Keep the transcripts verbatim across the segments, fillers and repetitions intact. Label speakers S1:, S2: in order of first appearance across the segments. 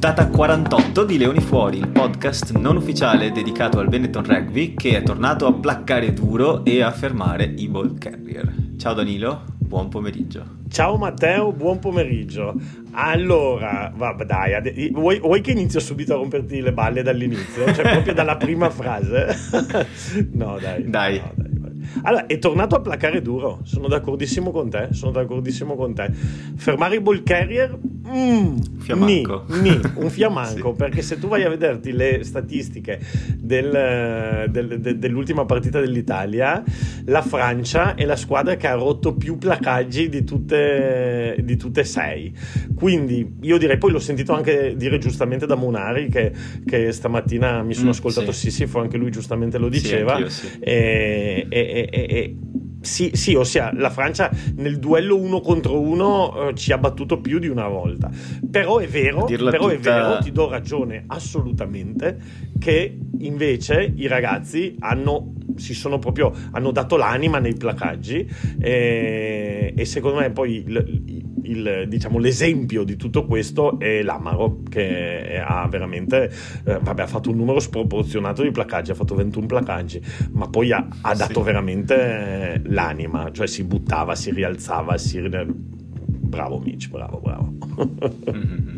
S1: Puntata quarantotto di Leoni Fuori, il podcast non ufficiale dedicato al Benetton Rugby che è tornato a placcare duro e a fermare i ball carrier. Ciao Danilo, buon pomeriggio.
S2: Ciao Matteo, buon pomeriggio. Allora, vabbè dai, ade- vuoi, vuoi che inizio subito a romperti le balle dall'inizio? Cioè proprio dalla prima frase? No dai.
S1: Dai.
S2: No, dai. Allora, è tornato a placare duro, sono d'accordissimo con te, sono d'accordissimo con te. Fermare i ball carrier? Mm,
S1: fiamanco.
S2: Ni, ni, un fiamanco,
S1: Sì.
S2: Perché se tu vai a vederti le statistiche del, del, de, dell'ultima partita dell'Italia, la Francia è la squadra che ha rotto più placaggi di tutte, di tutte e sei. Quindi io direi, poi l'ho sentito anche dire giustamente da Munari che, che stamattina mi sono
S1: Mm,
S2: ascoltato
S1: sì.
S2: Sissifo, anche lui giustamente lo
S1: Sì,
S2: diceva.
S1: anch'io, sì.
S2: E, e, e, e, e sì, sì, ossia la Francia nel duello uno contro uno eh, ci ha battuto più di una volta. Però è vero,
S1: dirla
S2: però è
S1: tutta-
S2: vero, ti do ragione assolutamente, che invece i ragazzi hanno si sono proprio hanno dato l'anima nei placaggi e, e secondo me poi il, il, diciamo l'esempio di tutto questo è l'Amaro, che ha veramente eh, vabbè, ha fatto un numero sproporzionato di placaggi, ha fatto ventuno placaggi, ma poi ha, ha dato
S1: Sì.
S2: veramente eh, l'anima, cioè si buttava, si rialzava, si bravo Mitch, bravo bravo.
S1: Mm-hmm.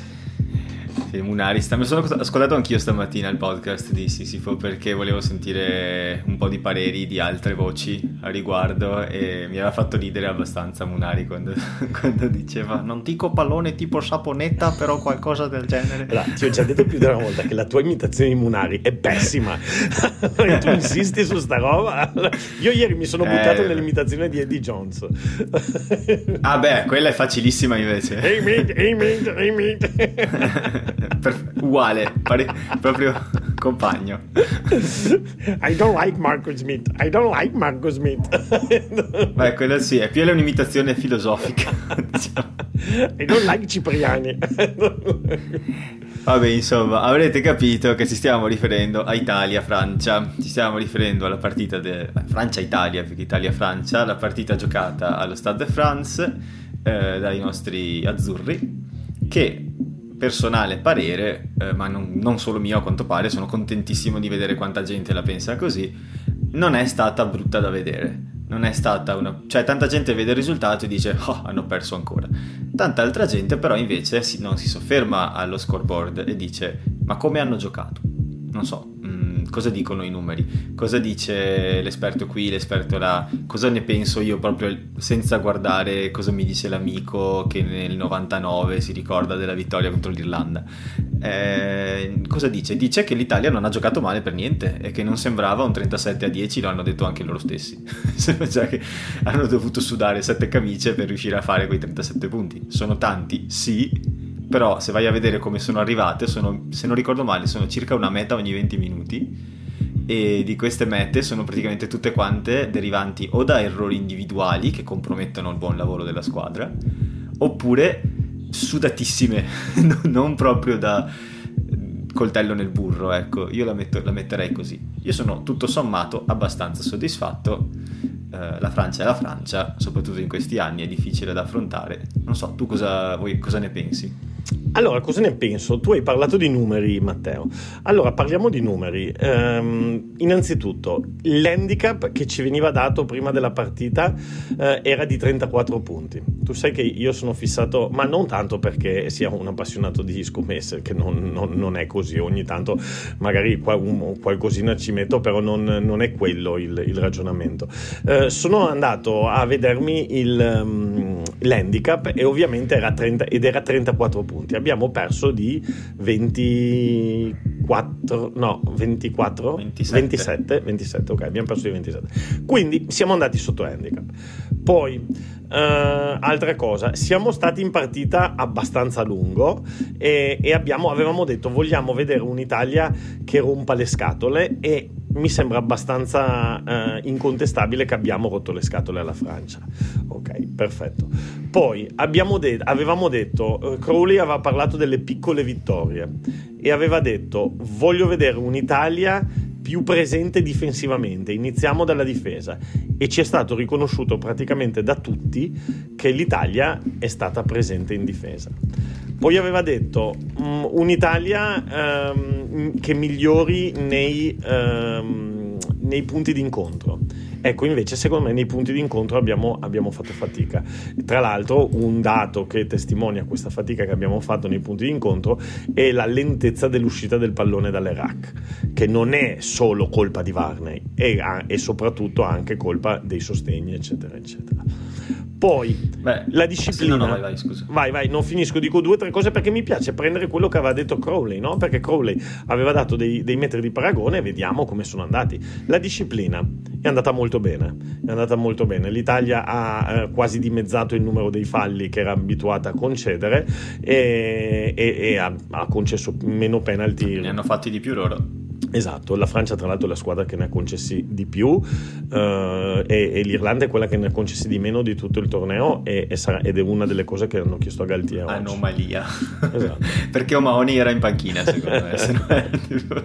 S1: Sì, Munari, sta... mi sono ascoltato anch'io stamattina il podcast di Sissifo perché volevo sentire un po' di pareri di altre voci a riguardo e mi aveva fatto ridere abbastanza Munari quando, quando diceva non dico pallone tipo Saponetta però qualcosa del genere.
S2: Allora, ti ho già detto più di una volta che la tua imitazione di Munari è pessima. Tu insisti su sta roba. Io ieri mi sono buttato
S1: Eh...
S2: nell'imitazione di Eddie Jones.
S1: Ah beh, quella è facilissima invece.
S2: Hey mate, hey mate, hey mate.
S1: Per... uguale, pare... proprio compagno.
S2: I don't like Marcus Smith. I don't like Marcus Smith.
S1: Beh, quella sì, è più un'imitazione filosofica, diciamo.
S2: I don't like Cipriani.
S1: Vabbè, insomma, avrete capito che ci stiamo riferendo a Italia-Francia. Ci stiamo riferendo alla partita de... Francia-Italia, perché Italia-Francia, la partita giocata allo Stade de France eh, dai nostri azzurri, che personale parere, eh, ma non, non solo mio a quanto pare, sono contentissimo di vedere quanta gente la pensa così, non è stata brutta da vedere. Non è stata una... cioè tanta gente vede il risultato e dice oh, hanno perso ancora. Tanta altra gente però invece si, non si sofferma allo scoreboard e dice ma come hanno giocato? Non so, mh, cosa dicono i numeri? Cosa dice l'esperto qui, l'esperto là? Cosa ne penso io proprio senza guardare cosa mi dice l'amico che nel novantanove si ricorda della vittoria contro l'Irlanda? Eh, cosa dice? Dice che l'Italia non ha giocato male per niente e che non sembrava un trentasette a dieci, lo hanno detto anche loro stessi. Sembra già che hanno dovuto sudare sette camicie per riuscire a fare quei trentasette punti. Sono tanti, sì, però se vai a vedere come sono arrivate, sono, se non ricordo male, sono circa una meta ogni venti minuti e di queste mete sono praticamente tutte quante derivanti o da errori individuali che compromettono il buon lavoro della squadra oppure sudatissime, non proprio da coltello nel burro, ecco, io la, metto, la metterei così. Io sono tutto sommato abbastanza soddisfatto. Uh, la Francia è la Francia, soprattutto in questi anni è difficile da affrontare. Non so, tu cosa, voi, cosa ne pensi?
S2: Allora, cosa ne penso? Tu hai parlato di numeri, Matteo. Allora, parliamo di numeri. Um, innanzitutto, l'handicap che ci veniva dato prima della partita uh, era di trentaquattro punti. Tu sai che io sono fissato, ma non tanto perché sia un appassionato di scommesse, che non, non, non è così. Ogni tanto magari qual, un, qualcosina ci metto, però non, non è quello il, il ragionamento. Uh, sono andato a vedermi il, um, l'handicap e ovviamente era trenta, ed era trentaquattro punti. Abbiamo perso di ventiquattro, no, ventiquattro,
S1: ventisette.
S2: ventisette, ventisette, ok, abbiamo perso di ventisette. Quindi siamo andati sotto handicap. Poi, uh, altra cosa, siamo stati in partita abbastanza a lungo e, e abbiamo, avevamo detto vogliamo vedere un'Italia che rompa le scatole e mi sembra abbastanza uh, incontestabile che abbiamo rotto le scatole alla Francia. Ok, perfetto. Poi abbiamo de- avevamo detto, uh, Crowley aveva parlato delle piccole vittorie e aveva detto voglio vedere un'Italia più presente difensivamente, iniziamo dalla difesa, e ci è stato riconosciuto praticamente da tutti che l'Italia è stata presente in difesa. poi aveva detto um, un'Italia um, che migliori nei, um, nei punti d'incontro. Ecco, invece secondo me nei punti d'incontro abbiamo, abbiamo fatto fatica. Tra l'altro un dato che testimonia questa fatica che abbiamo fatto nei punti d'incontro è la lentezza dell'uscita del pallone dalle rack, che non è solo colpa di Varney, è, è soprattutto anche colpa dei sostegni, eccetera eccetera. Poi Beh, la disciplina.
S1: No, no, vai, vai, scusa.
S2: Vai, vai, non finisco, dico due o tre cose perché mi piace prendere quello che aveva detto Crowley, no? Perché Crowley aveva dato dei, dei metri di paragone e vediamo come sono andati. La disciplina è andata molto bene, è andata molto bene. L'Italia ha eh, quasi dimezzato il numero dei falli che era abituata a concedere e, e, e ha, ha concesso meno penalty.
S1: Ne hanno fatti di più loro.
S2: Esatto, la Francia tra l'altro è la squadra che ne ha concessi di più eh, e, e l'Irlanda è quella che ne ha concessi di meno di tutto il torneo e, e sarà, ed è una delle cose che hanno chiesto a Galtier oggi.
S1: Anomalia.
S2: Esatto.
S1: Perché O'Mahony era in panchina secondo me. Se no è tipo...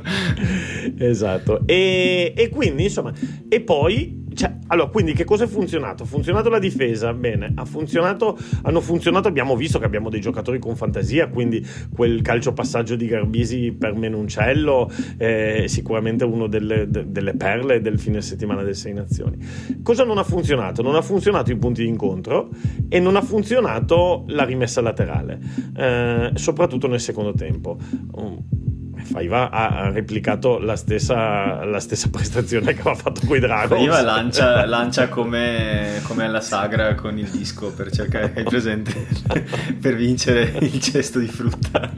S2: Esatto, e, e quindi insomma, e poi cioè, allora, quindi che cosa è funzionato? Ha funzionato la difesa, bene, ha funzionato, hanno funzionato, abbiamo visto che abbiamo dei giocatori con fantasia, quindi quel calcio passaggio di Garbisi per Menoncello è sicuramente uno delle, de, delle perle del fine settimana delle Sei Nazioni. Cosa non ha funzionato? Non ha funzionato i punti di incontro e non ha funzionato la rimessa laterale, eh, soprattutto nel secondo tempo. Um, Faiva ha replicato la stessa, la stessa prestazione che aveva fatto coi Dragons.
S1: Faiva lancia, lancia come, come alla sagra con il disco per cercare, hai presente, per vincere il cesto di frutta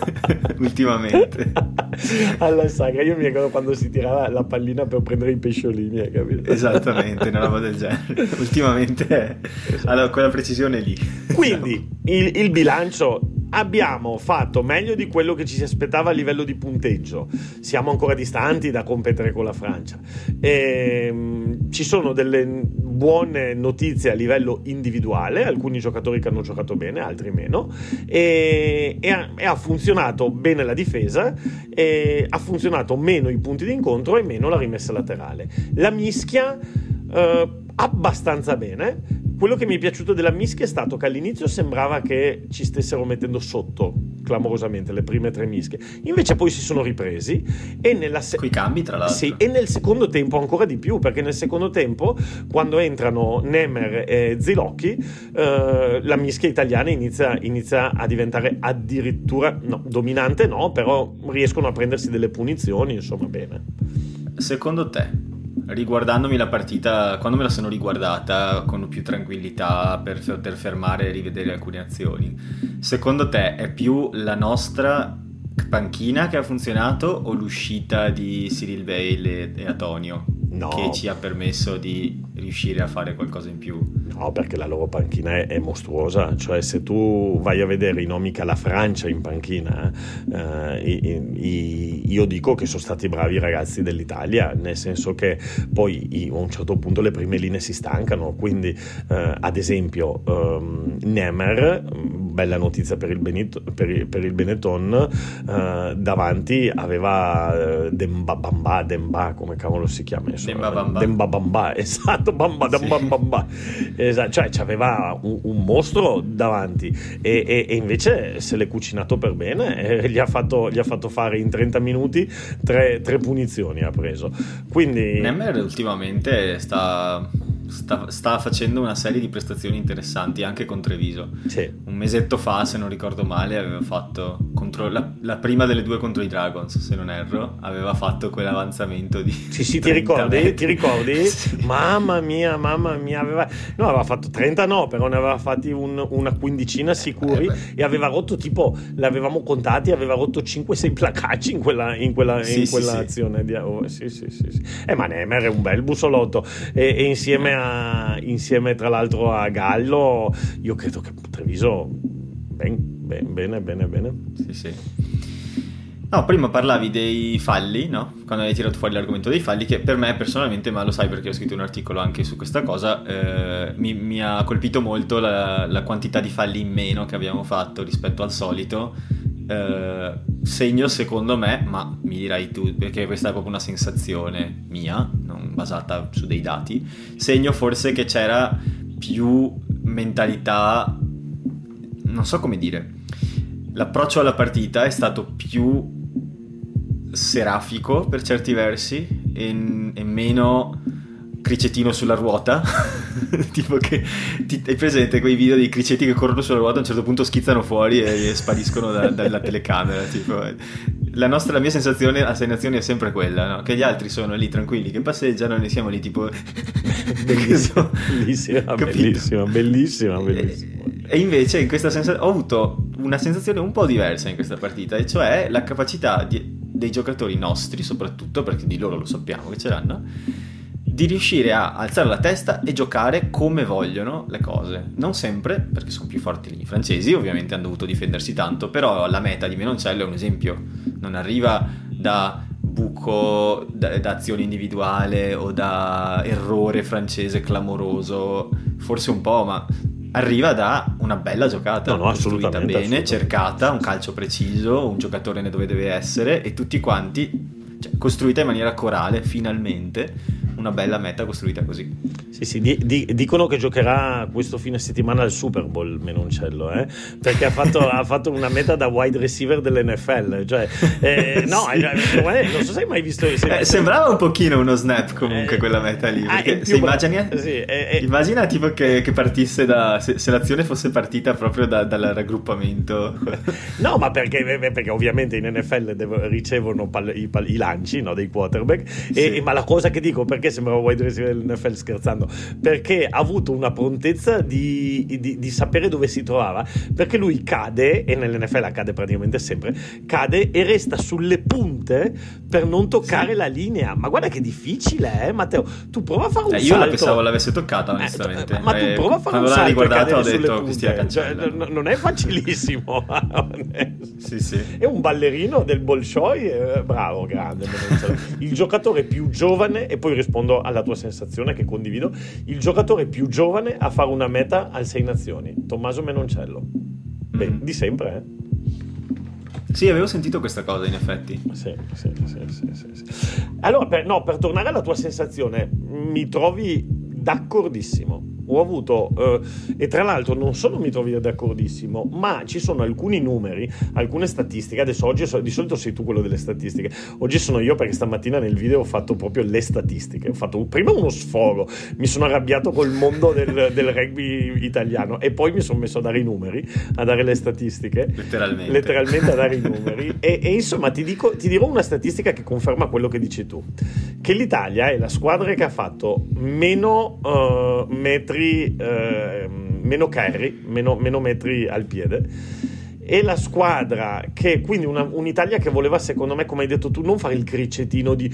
S1: ultimamente.
S2: Alla sagra, io mi ricordo quando si tirava la pallina per prendere i pesciolini, hai capito?
S1: Esattamente, una roba del genere. Ultimamente allora, quella precisione lì.
S2: Quindi il, il bilancio: abbiamo fatto meglio di quello che ci si aspettava a livello di punteggio, siamo ancora distanti da competere con la Francia, e, ci sono delle buone notizie a livello individuale, alcuni giocatori che hanno giocato bene, altri meno, e, e, ha, e ha funzionato bene la difesa, e ha funzionato meno i punti di incontro e meno la rimessa laterale. La mischia eh, abbastanza bene. Quello che mi è piaciuto della mischia è stato che all'inizio sembrava che ci stessero mettendo sotto clamorosamente le prime tre mischie, invece poi si sono ripresi e nella se-
S1: coi cambi tra l'altro
S2: sì, e nel secondo tempo ancora di più, perché nel secondo tempo quando entrano Nemer e Zilocchi eh, la mischia italiana inizia, inizia a diventare addirittura no, dominante no, però riescono a prendersi delle punizioni, insomma bene.
S1: Secondo te, riguardandomi la partita, quando me la sono riguardata con più tranquillità per poter fermare e rivedere alcune azioni, secondo te è più la nostra panchina che ha funzionato o l'uscita di Cyril Bale e, e Antonio
S2: no.
S1: che ci ha permesso di riuscire a fare qualcosa in più?
S2: No, perché la loro panchina è, è mostruosa, cioè se tu vai a vedere i nomi che ha la Francia in panchina, eh, i, i, io dico che sono stati bravi i ragazzi dell'Italia, nel senso che poi i, a un certo punto le prime linee si stancano, quindi eh, ad esempio um, Nemer, bella notizia per il, Benito, per il, per il Benetton, eh, davanti aveva eh, Demba Bamba, Demba, come cavolo si chiama?
S1: Demba Bamba.
S2: Demba Bamba, esatto, Bamba, sì. Demba Bamba. Esatto, cioè c'aveva un, un mostro davanti e, e, e invece se l'è cucinato per bene e gli ha fatto, gli ha fatto fare in trenta minuti tre, tre punizioni ha preso, quindi
S1: Nemer ultimamente sta, sta, sta facendo una serie di prestazioni interessanti anche con Treviso.
S2: Sì.
S1: Un mesetto fa, se non ricordo male, aveva fatto contro la, la prima delle due contro i Dragons, se non erro, aveva fatto quell'avanzamento di
S2: sì sì ti ricordi?
S1: metri.
S2: Ti ricordi?
S1: Sì.
S2: Mamma mia, mamma mia, aveva no aveva fatto trenta no, però ne aveva fatti un, una quindicina sicuri eh, e aveva rotto tipo, l'avevamo contati, aveva rotto cinque sei placacci in quella, in quella,
S1: sì,
S2: in
S1: sì,
S2: quella
S1: sì.
S2: azione di, oh, sì, sì, sì, sì. Eh, ma Nemer è un bel bussolotto e, e insieme a insieme tra l'altro a Gallo io credo che Treviso ben, ben, bene bene bene
S1: sì sì. No, prima parlavi dei falli, no? Quando hai tirato fuori l'argomento dei falli, che per me personalmente, ma lo sai perché ho scritto un articolo anche su questa cosa, eh, mi, mi ha colpito molto la, la quantità di falli in meno che abbiamo fatto rispetto al solito, eh, segno secondo me, ma mi dirai tu, perché questa è proprio una sensazione mia, non basata su dei dati, segno forse che c'era più mentalità, non so come dire, l'approccio alla partita è stato più serafico per certi versi e, e meno cricettino sulla ruota. Tipo che ti, hai presente quei video dei cricetti che corrono sulla ruota, a un certo punto schizzano fuori e, e spariscono da, dalla telecamera, tipo. La nostra, la mia sensazione a Sei Nazioni è sempre quella, no? Che gli altri sono lì tranquilli che passeggiano e noi siamo lì tipo
S2: bellissima, bellissima, bellissima, bellissima, bellissima.
S1: E invece in questa sensazione ho avuto una sensazione un po' diversa in questa partita, e cioè la capacità di, dei giocatori nostri, soprattutto perché di loro lo sappiamo che ce l'hanno, di riuscire a alzare la testa e giocare come vogliono le cose. Non sempre, perché sono più forti i francesi, ovviamente hanno dovuto difendersi tanto, però la meta di Menoncello è un esempio, non arriva da buco, da, da azione individuale o da errore francese clamoroso, forse un po', ma arriva da una bella giocata,
S2: no, no,
S1: costruita
S2: assolutamente,
S1: bene,
S2: assolutamente.
S1: cercata, un calcio preciso, un giocatore dove deve essere, e tutti quanti, cioè, costruita in maniera corale, finalmente una bella meta costruita così.
S2: Sì, sì, di, di, dicono che giocherà questo fine settimana al Super Bowl Menoncello, eh? Perché ha fatto, ha fatto una meta da wide receiver dell'N F L, cioè, eh, no,
S1: sì.
S2: eh, non so se hai mai visto... Se
S1: eh, sembrava un pochino uno snap comunque
S2: eh,
S1: quella meta lì, perché
S2: ah,
S1: se immagini,
S2: sì, eh, eh,
S1: immagina tipo che, che partisse da, se, se l'azione fosse partita proprio da, dal raggruppamento.
S2: No, ma perché, perché ovviamente in N F L devo, ricevono pal, i, pal, i lanci, no, dei quarterback, sì. e, ma la cosa che dico, perché sembrava wide receiver dell'N F L, scherzando, perché ha avuto una prontezza di, di, di sapere dove si trovava, perché lui cade, e nell'N F L cade praticamente sempre, cade e resta sulle punte per non toccare sì. la linea. Ma guarda che difficile, eh, Matteo, tu prova a fare un
S1: eh, io
S2: salto.
S1: Io la pensavo l'avesse toccata, onestamente,
S2: eh, ma tu prova a fare
S1: quando
S2: un salto
S1: riguardato ho
S2: detto
S1: che stia
S2: cioè, non è facilissimo.
S1: Sì, sì.
S2: È un ballerino del Bolshoi, eh, bravo, grande. Il giocatore più giovane, e poi rispondo alla tua sensazione che condivido, il giocatore più giovane a fare una meta al Sei Nazioni, Tommaso Menoncello. Beh, mm. di sempre, eh.
S1: Sì, avevo sentito questa cosa, in effetti.
S2: Sì, sì, sì, sì, sì, sì. Allora, per, no, per tornare alla tua sensazione, mi trovi d'accordissimo. Ho avuto, eh, e tra l'altro non solo mi trovi d'accordissimo, ma ci sono alcuni numeri, alcune statistiche. Adesso oggi so, di solito sei tu quello delle statistiche, oggi sono io, perché stamattina nel video ho fatto proprio le statistiche. Ho fatto prima uno sfogo, mi sono arrabbiato col mondo del, del rugby italiano, e poi mi sono messo a dare i numeri, a dare le statistiche,
S1: letteralmente,
S2: letteralmente a dare i numeri e, e insomma ti, dico, ti dirò una statistica che conferma quello che dici tu, che l'Italia è la squadra che ha fatto meno uh, metri Eh, meno carry, meno, meno metri al piede, e la squadra che, quindi una, un'Italia che voleva, secondo me, come hai detto tu, non fare il cricettino di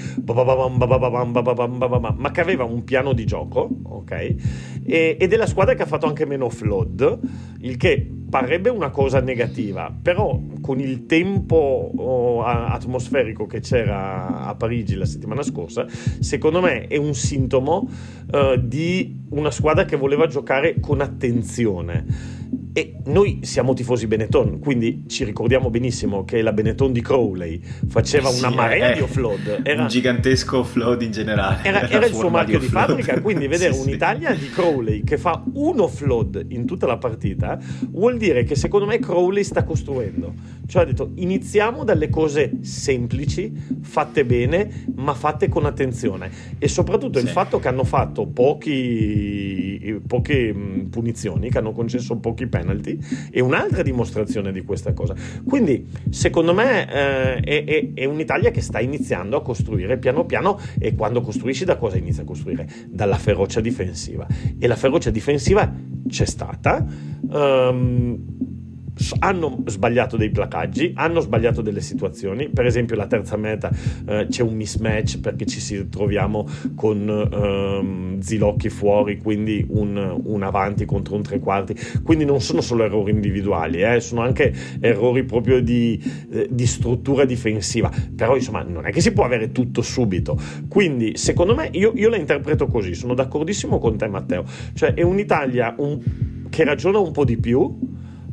S2: ma che aveva un piano di gioco, ok? E, ed è la squadra che ha fatto anche meno flood, il che parrebbe una cosa negativa, però con il tempo oh, atmosferico che c'era a Parigi la settimana scorsa, secondo me è un sintomo uh, di una squadra che voleva giocare con attenzione. E noi siamo tifosi Benetton, quindi ci ricordiamo benissimo che la Benetton di Crowley faceva
S1: sì,
S2: una marea
S1: è,
S2: di offload,
S1: era un gigantesco offload in generale,
S2: era, era il suo marchio di, di fabbrica, quindi vedere
S1: sì,
S2: un'Italia
S1: sì.
S2: di Crowley che fa un offload in tutta la partita vuol dire che secondo me Crowley sta costruendo, cioè ha detto iniziamo dalle cose semplici, fatte bene ma fatte con attenzione, e soprattutto sì. il fatto che hanno fatto pochi poche punizioni, che hanno concesso pochi penalty, è un'altra dimostrazione di questa cosa. Quindi secondo me eh, è, è, è un'Italia che sta iniziando a costruire piano piano, e quando costruisci da cosa inizi a costruire? Dalla ferocia difensiva, e la ferocia difensiva c'è stata. um, hanno sbagliato dei placaggi, hanno sbagliato delle situazioni, per esempio la terza meta eh, c'è un mismatch perché ci si troviamo con ehm, Zilocchi fuori, quindi un, un avanti contro un tre quarti, quindi non sono solo errori individuali, eh, sono anche errori proprio di, eh, di struttura difensiva, però insomma non è che si può avere tutto subito, quindi secondo me io, io la interpreto così, sono d'accordissimo con te Matteo, cioè è un'Italia un, che ragiona un po' di più,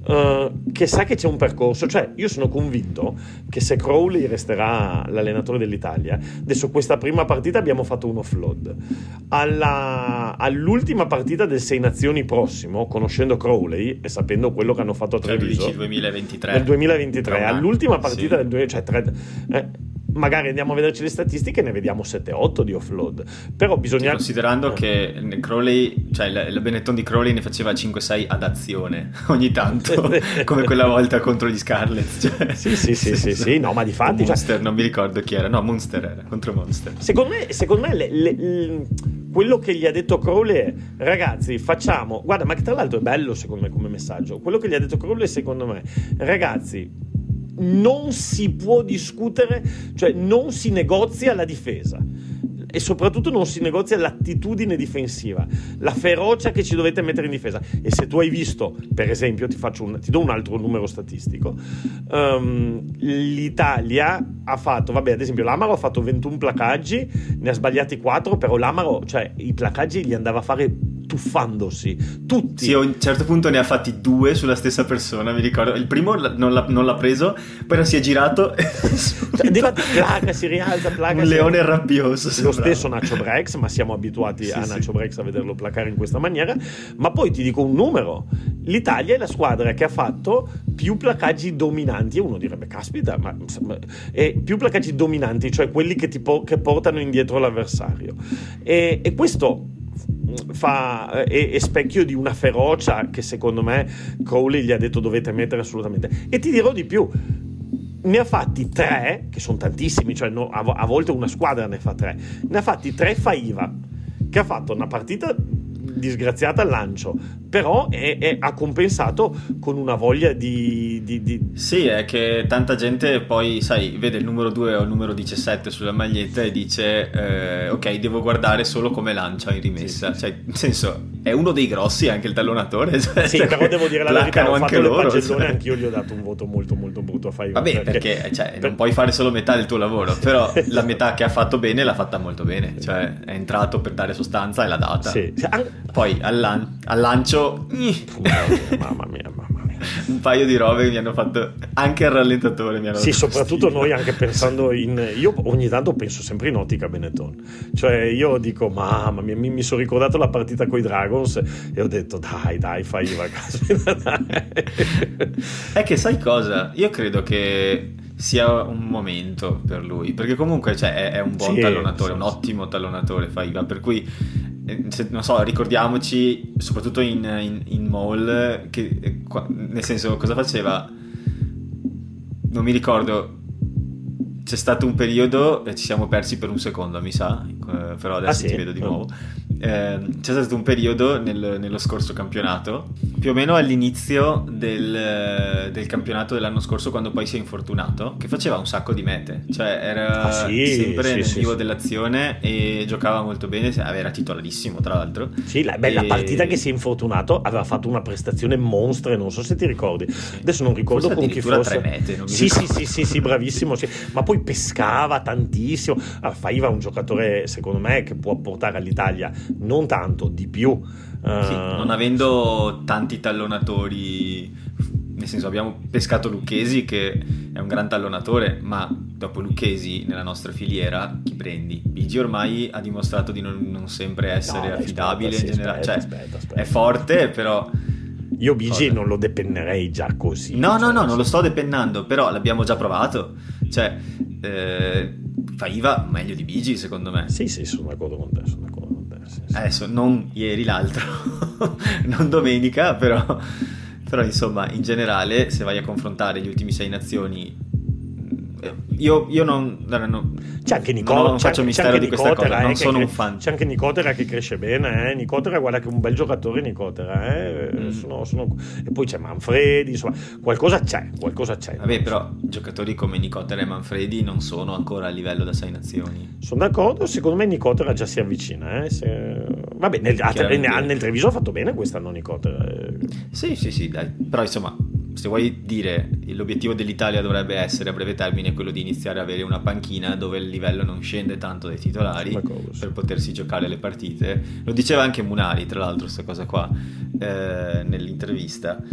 S2: uh, che sa che c'è un percorso, cioè io sono convinto che se Crowley resterà l'allenatore dell'Italia, adesso questa prima partita abbiamo fatto un offload, alla, all'ultima partita del Sei Nazioni prossimo, conoscendo Crowley e sapendo quello che hanno fatto a Treviso,
S1: cioè, duemilaventitré
S2: nel duemilaventitré,
S1: no,
S2: all'ultima partita
S1: sì.
S2: del cioè, tre, eh, magari andiamo a vederci le statistiche e ne vediamo sette otto di offload, però bisogna,
S1: considerando eh. che Crowley, cioè il, il Benetton di Crowley ne faceva cinque sei ad azione ogni tanto come quella volta contro gli Scarlett, cioè,
S2: sì sì sì sì, sì no, ma di fatti
S1: Monster,
S2: cioè,
S1: non mi ricordo chi era, no Monster era contro Monster.
S2: Secondo me, secondo me le, le, le, quello che gli ha detto Crowley è: ragazzi, facciamo, guarda, ma che tra l'altro è bello secondo me come messaggio, quello che gli ha detto Crowley secondo me, ragazzi, non si può discutere, cioè non si negozia la difesa e soprattutto non si negozia l'attitudine difensiva, la ferocia che ci dovete mettere in difesa. E se tu hai visto, per esempio, ti faccio un, ti do un altro numero statistico, um, l'Italia ha fatto, vabbè, ad esempio l'Amaro ha fatto ventuno placaggi, ne ha sbagliati quattro, però l'Amaro, cioè i placaggi gli andava a fare tuffandosi tutti.
S1: Sì, a un certo punto ne ha fatti due sulla stessa persona, mi ricordo. Il primo non l'ha, non l'ha preso, poi si è girato
S2: cioè, infatti, placa, si rialza, placa,
S1: un
S2: si
S1: leone
S2: rialza.
S1: rabbioso.
S2: Lo
S1: sembrava.
S2: stesso Nacho Brex, ma siamo abituati sì, a Nacho
S1: sì.
S2: Brex a vederlo placare in questa maniera. Ma poi ti dico un numero: l'Italia è la squadra che ha fatto più placaggi dominanti, e uno direbbe caspita, ma eh, più placaggi dominanti, cioè quelli che, ti po- che portano indietro l'avversario, e, e questo fa è, è specchio di una ferocia che secondo me Crowley gli ha detto dovete mettere assolutamente. E ti dirò di più, ne ha fatti tre, che sono tantissimi, cioè no, a, a volte una squadra ne fa tre, ne ha fatti tre Faiva, che ha fatto una partita disgraziata al lancio, però è, è, ha compensato con una voglia di, di, di...
S1: Sì, è che tanta gente poi, sai, vede il numero due o il numero diciassette sulla maglietta e dice eh, ok, devo guardare solo come lancia in rimessa, sì, sì, cioè nel senso è uno dei grossi anche il tallonatore, cioè,
S2: sì, però devo dire la verità, ho fatto
S1: loro,
S2: le pagellone,
S1: cioè.
S2: Anch'io gli ho dato un voto molto molto brutto a Faiva.
S1: Vabbè, perché, perché cioè, per... non puoi fare solo metà del tuo lavoro, però la metà che ha fatto bene l'ha fatta molto bene, cioè è entrato per dare sostanza e l'ha data.
S2: Sì.
S1: Poi al, lan- al lancio
S2: mamma mia, mamma mia,
S1: un paio di robe mi hanno fatto anche al rallentatore mi hanno
S2: sì,
S1: dato
S2: soprattutto
S1: fastidio.
S2: Noi anche pensando in, io ogni tanto penso sempre in ottica Benetton, cioè io dico mamma mia, mi, mi sono ricordato la partita coi Dragons e ho detto dai dai Faiva, caspita, dai.
S1: È che sai cosa, io credo che sia un momento per lui, perché comunque cioè, è, è un buon
S2: sì,
S1: tallonatore,
S2: sì,
S1: un ottimo tallonatore Faiva, per cui se, non so, ricordiamoci soprattutto in, in, in mall che, nel senso, cosa faceva, non mi ricordo, c'è stato un periodo e ci siamo persi per un secondo mi sa, eh, però adesso
S2: ah, sì?
S1: ti vedo di nuovo. Eh, c'è stato un periodo nel, nello scorso campionato, più o meno all'inizio del, del campionato dell'anno scorso, quando poi si è infortunato, che faceva un sacco di mete, cioè era
S2: ah, sì,
S1: sempre
S2: sì,
S1: nel
S2: sì,
S1: vivo
S2: sì.
S1: dell'azione e giocava molto bene, era titolarissimo tra l'altro.
S2: Sì, la, beh,
S1: e...
S2: la partita che si è infortunato aveva fatto una prestazione monstre, non so se ti ricordi, sì. Adesso non ricordo
S1: forse
S2: con chi fosse.
S1: tre mete, non mi
S2: sì, sì,
S1: ricordo.
S2: sì, sì, sì, bravissimo, sì. Ma poi pescava tantissimo. Allora, Faiva è un giocatore secondo me che può portare all'Italia non tanto, di più. Uh...
S1: Sì, non avendo tanti tallonatori, nel senso abbiamo pescato Lucchesi che è un gran tallonatore, ma dopo Lucchesi nella nostra filiera chi prendi? Bigi ormai ha dimostrato di non, non sempre essere
S2: no,
S1: affidabile
S2: aspetta,
S1: in generale,
S2: sì, aspetta,
S1: cioè
S2: aspetta, aspetta.
S1: è forte però
S2: io Bigi
S1: cosa?
S2: Non lo depennerei già così.
S1: No,
S2: cioè,
S1: no, no, non lo sto depennando, però l'abbiamo già provato, cioè eh, Faiva meglio di Bigi secondo me.
S2: Sì, sì, sono d'accordo con te, sono d'accordo con te. Sì, sì.
S1: Adesso non ieri, l'altro, non domenica, però, però insomma in generale se vai a confrontare gli ultimi sei nazioni, io, io non, non,
S2: c'è anche Nicotera,
S1: non faccio
S2: c'è,
S1: mistero
S2: c'è anche
S1: di questa
S2: Nicotera,
S1: cosa, non
S2: eh,
S1: sono
S2: che,
S1: un fan.
S2: C'è anche Nicotera che cresce bene, eh. Nicotera guarda che è un bel giocatore Nicotera, eh.
S1: mm.
S2: sono, sono... e poi c'è Manfredi, insomma qualcosa c'è, qualcosa c'è.
S1: Vabbè, però giocatori come Nicotera e Manfredi non sono ancora a livello da sei nazioni.
S2: Sono d'accordo, secondo me Nicotera già si avvicina, eh. Se... vabbè nel, nel, nel Treviso ha fatto bene quest'anno Nicotera, eh.
S1: Sì, sì, sì, dai. Però insomma, se vuoi dire l'obiettivo dell'Italia dovrebbe essere a breve termine quello di iniziare a avere una panchina dove il livello non scende tanto dai titolari per potersi giocare le partite. Lo diceva anche Munari tra l'altro questa cosa qua eh, nell'intervista,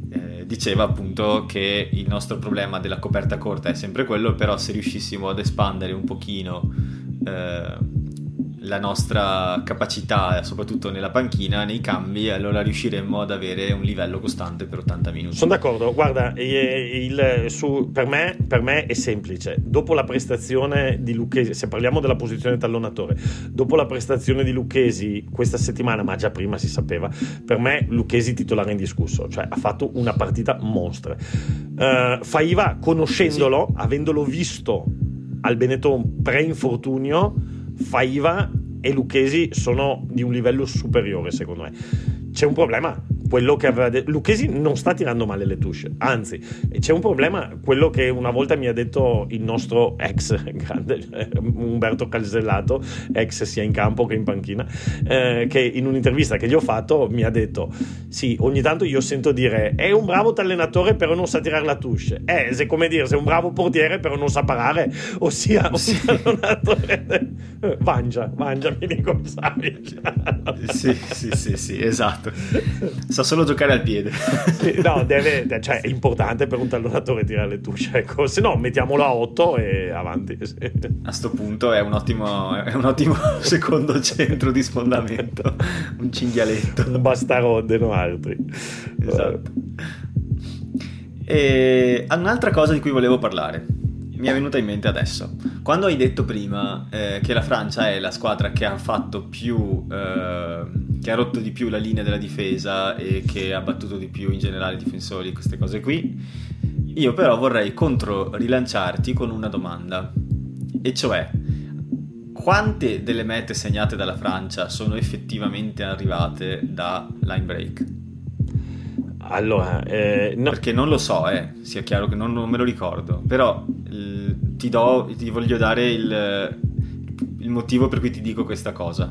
S1: eh, diceva appunto che il nostro problema della coperta corta è sempre quello, però se riuscissimo ad espandere un pochino eh, la nostra capacità, soprattutto nella panchina, nei cambi, allora riusciremmo ad avere un livello costante per ottanta minuti.
S2: Sono d'accordo, guarda, il, su, per, me, per me è semplice. Dopo la prestazione di Lucchesi, se parliamo della posizione tallonatore, dopo la prestazione di Lucchesi questa settimana, ma già prima si sapeva, per me Lucchesi titolare indiscusso, cioè ha fatto una partita mostra. uh, Faiva, conoscendolo, sì, avendolo visto al Benetton pre-infortunio, Faiva e Lucchesi sono di un livello superiore, secondo me. C'è un problema, quello che aveva detto Lucchesi non sta tirando male le touche, anzi c'è un problema, quello che una volta mi ha detto il nostro ex grande Umberto Calzellato, ex sia in campo che in panchina, eh, che in un'intervista che gli ho fatto mi ha detto: sì, ogni tanto io sento dire è un bravo allenatore però non sa tirare la touche, eh, se come dire, sei un bravo portiere però non sa parare, ossia un allenatore Vangia, Vangia Milinkovic Savic.
S1: Sì, sì, sì, sì, esatto. Sa solo giocare al piede.
S2: Sì, no, deve, cioè è importante per un tallonatore tirare le touche, ecco. Se no mettiamolo a otto e avanti, sì.
S1: A sto punto è un ottimo è un ottimo secondo centro di sfondamento, un cinghialetto,
S2: un bastarodde, no altri.
S1: Esatto. E un'altra cosa di cui volevo parlare mi è venuta in mente adesso. Quando hai detto prima eh, che la Francia è la squadra che ha fatto più eh, che ha rotto di più la linea della difesa e che ha battuto di più in generale i difensori, queste cose qui, io però vorrei contro rilanciarti con una domanda, e cioè: quante delle mete segnate dalla Francia sono effettivamente arrivate da line break?
S2: Allora, eh, no.
S1: Perché non lo so, eh, sia chiaro che non, non me lo ricordo, però eh, ti do, ti voglio dare il, il motivo per cui ti dico questa cosa.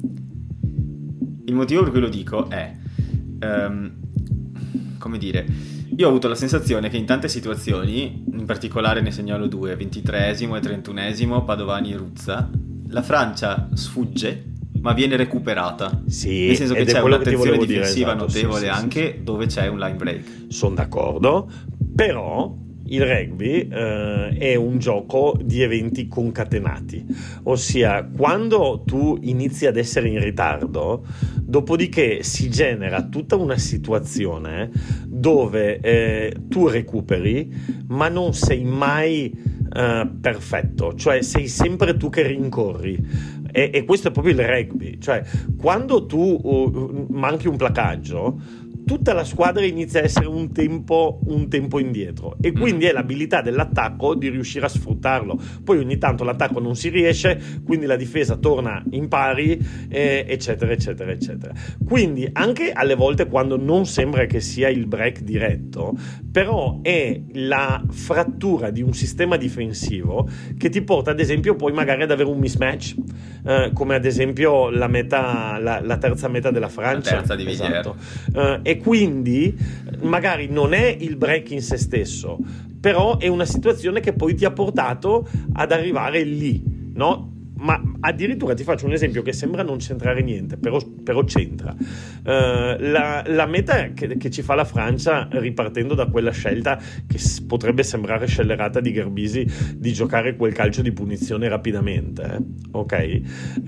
S1: Il motivo per cui lo dico è, um, come dire, io ho avuto la sensazione che in tante situazioni, in particolare ne segnalo due, ventitreesimo e trentunesimo, Padovani e Ruzza, la Francia sfugge ma viene recuperata,
S2: sì,
S1: nel senso che c'è un'attenzione difensiva
S2: dire, esatto,
S1: notevole, sì, sì, anche
S2: sì,
S1: dove c'è un line break.
S2: Sono d'accordo, però il rugby eh, è un gioco di eventi concatenati, ossia quando tu inizi ad essere in ritardo, dopodiché si genera tutta una situazione dove eh, tu recuperi ma non sei mai eh, perfetto, cioè sei sempre tu che rincorri. E, e questo è proprio il rugby, cioè quando tu uh, manchi un placaggio, tutta la squadra inizia a essere un tempo, un tempo indietro, e quindi è l'abilità dell'attacco di riuscire a sfruttarlo. Poi ogni tanto l'attacco non si riesce, quindi la difesa torna in pari, eh, eccetera eccetera eccetera. Quindi anche alle volte quando non sembra che sia il break diretto, però è la frattura di un sistema difensivo che ti porta ad esempio poi magari ad avere un mismatch, eh, come ad esempio la meta, la, la terza meta della Francia,
S1: la terza di Villiers,
S2: esatto. eh, e quindi magari non è il break in se stesso, però è una situazione che poi ti ha portato ad arrivare lì, no? Ma addirittura ti faccio un esempio che sembra non centrare niente, però, però c'entra. Uh, la, la meta che, che ci fa la Francia, ripartendo da quella scelta che s- potrebbe sembrare scellerata di Garbisi di giocare quel calcio di punizione rapidamente, eh? ok?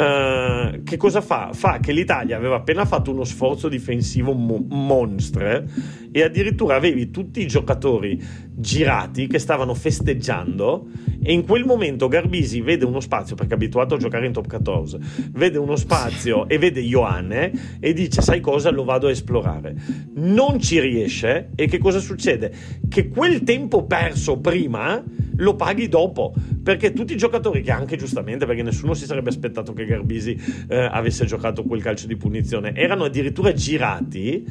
S2: Uh, che cosa fa? Fa che l'Italia aveva appena fatto uno sforzo difensivo mo- monstre, e addirittura avevi tutti i giocatori girati che stavano festeggiando, e in quel momento Garbisi vede uno spazio, perché è abituato a giocare in top quattordici, vede uno spazio e vede Ioane e dice: sai cosa, lo vado a esplorare. Non ci riesce, e che cosa succede? Che quel tempo perso prima lo paghi dopo, perché tutti i giocatori che, anche giustamente, perché nessuno si sarebbe aspettato che Garbisi eh, avesse giocato quel calcio di punizione, erano addirittura girati,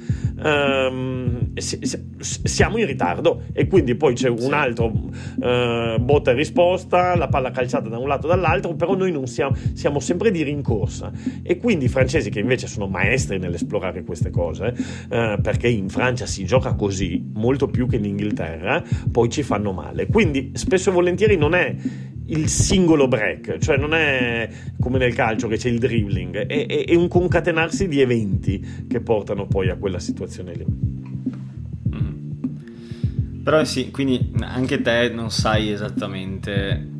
S2: ehm, si, si, siamo in ritardo, e quindi poi c'è un altro eh, botta e risposta, la palla calciata da un lato e dall'altro, però noi non siamo, siamo sempre di rincorsa, e quindi i francesi, che invece sono maestri nell'esplorare queste cose, eh, perché in Francia si gioca così molto più che in Inghilterra, poi ci fanno male. Quindi spesso e volentieri non è il singolo break, cioè non è come nel calcio che c'è il dribbling, è, è, è un concatenarsi di eventi che portano poi a quella situazione lì.
S1: Mm. Però sì, quindi anche te non sai esattamente